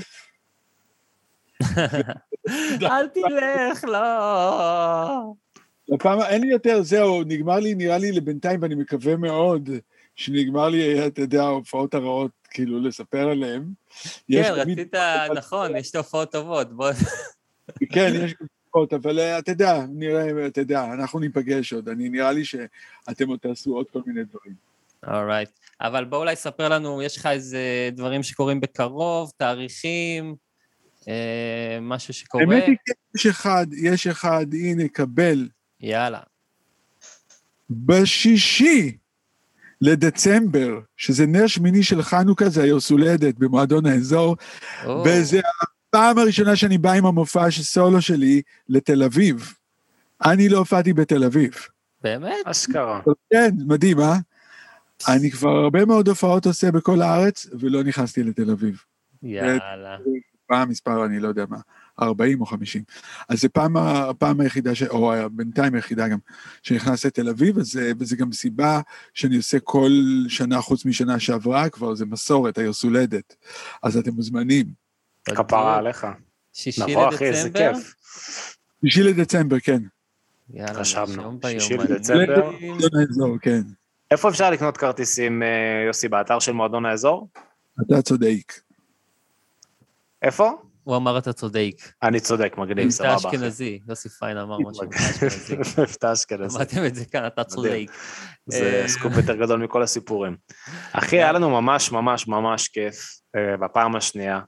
אל תלך, לא. לפעם, אין לי יותר, זהו, נגמר לי, נראה לי לבינתיים, ואני מקווה מאוד שנגמר לי, אתה יודע, ההופעות הרעות, כאילו, לספר עליהן. כן, רצית, נכון, יש תופעות טובות, בוא. כן, יש תופעות, אבל אתה יודע, נראה, אתה יודע, אנחנו ניפגש עוד, נראה לי שאתם עוד תעשו עוד כל מיני דברים. אורייט, אבל בוא אולי ספר לנו, יש לך איזה דברים שקורים בקרוב, תאריכים, משהו שקורה? האמת היא, יש אחד, הנה, קבל. יאללה. בשישי לדצמבר, שזה נר שמיני של חנוכה, זה היוסולדת במועדון האזור, וזה הפעם הראשונה שאני בא עם המופע של סולו שלי לתל אביב. אני לא הופעתי בתל אביב. באמת? אשכרה. כן, מדהים, אה? אני כבר הרבה מאוד הופעות עושה בכל הארץ, ולא נכנסתי לתל אביב. יאללה. פעם מספר, אני לא יודע מה, 40 או 50. אז זה פעם היחידה, או בינתיים היחידה גם, שנכנס לתל אביב, וזה גם סיבה שאני עושה כל שנה חוץ משנה שעברה, כבר זה מסורת, היוסולדת. אז אתם מוזמנים. כפרה עליך. שישי נבוא, אחי, איזה לדצמבר? כיף. שישי לדצמבר, כן. יאללה, חשבנו, ביום שישי ביום. לדצמבר. מועדון האזור, כן. איפה אפשר לקנות כרטיסים, יוסי, באתר של מועדון האזור? אתה צודק. איפה? הוא אמר אתה צודק. אני צודק, מגניב, סבבה. מבטא אשכנזי, יוסי פיין אמר משהו מבטא אשכנזי. מבטא אשכנזי. אמרתם את זה כאן, אתה צודק. זה סקופ יותר גדול מכל הסיפורים. אחי, היה לנו ממש ממש ממש כיף בפעם השנייה,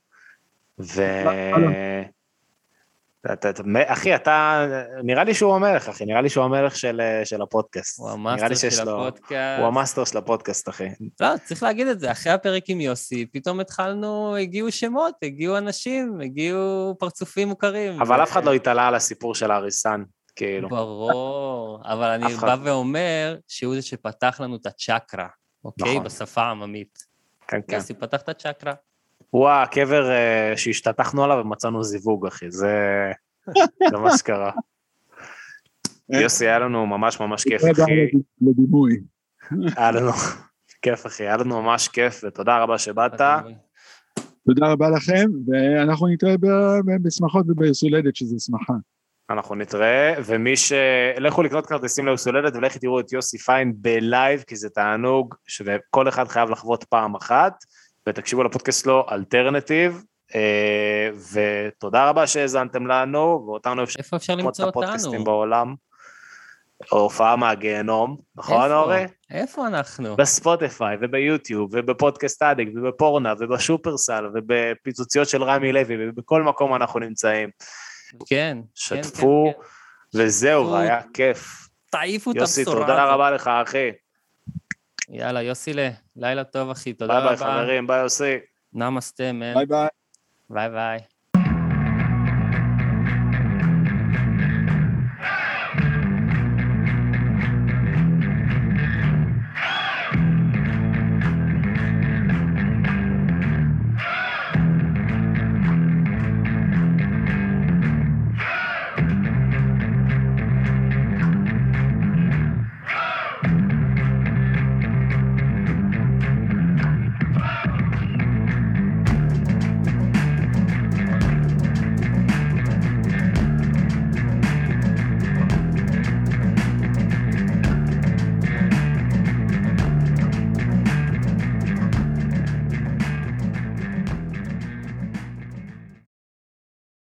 אחי, אתה, נראה לי שהוא המלך, אחי, נראה לי שהוא המלך של הפודקאסט. הוא המאסטר של הפודקאסט. הוא המאסטר של הפודקאסט, אחי. לא, צריך להגיד את זה, אחרי הפרק עם יוסי, פתאום הגיעו שמות, הגיעו אנשים, הגיעו פרצופים מוכרים. אבל אף אחד לא התעלה על הסיפור של האריסן, כאילו. ברור, אבל אני בא ואומר שהוא זה שפתח לנו את הצ'קרה, אוקיי? בשפה העממית. כן, כן. יוסי פתח את הצ'קרה. הוא הקבר שהשתתחנו עליו ומצאנו זיווג, אחי, זה מה שקרה. יוסי, היה לנו ממש ממש כיף, אחי. לדימוי. היה לנו כיף, אחי, היה לנו ממש כיף, ותודה רבה שבאת. תודה רבה לכם, ואנחנו נתראה בשמחות וביוסולדת, שזה שמחה. אנחנו נתראה, לכו לקנות כרטיסים ליוסולדת, ולכי תראו את יוסי פיין בלייב, כי זה תענוג, שכל אחד חייב לחוות פעם אחת, ותקשיבו לפודקאסט לו אלטרנטיב, ותודה רבה שהזנתם לנו, ואותנו איפה אפשר למצוא אותנו? הפודקאסטים בעולם, הופעה מהגיהנום, נכון אורי? איפה אנחנו? בספוטיפיי וביוטיוב ובפודקאסט אדיק ובפורנה ובשופרסל ובפיצוציות של רמי לוי ובכל מקום אנחנו נמצאים. כן. שתפו, וזהו, היה כיף. תעיפו את הבשורה. יוסי, תודה רבה לך, אחי. יאללה, יוסי, לילה טוב, אחי, תודה רבה. ביי ביי, חברים, ביי, יוסי. נמסטה, מן. ביי ביי. ביי ביי.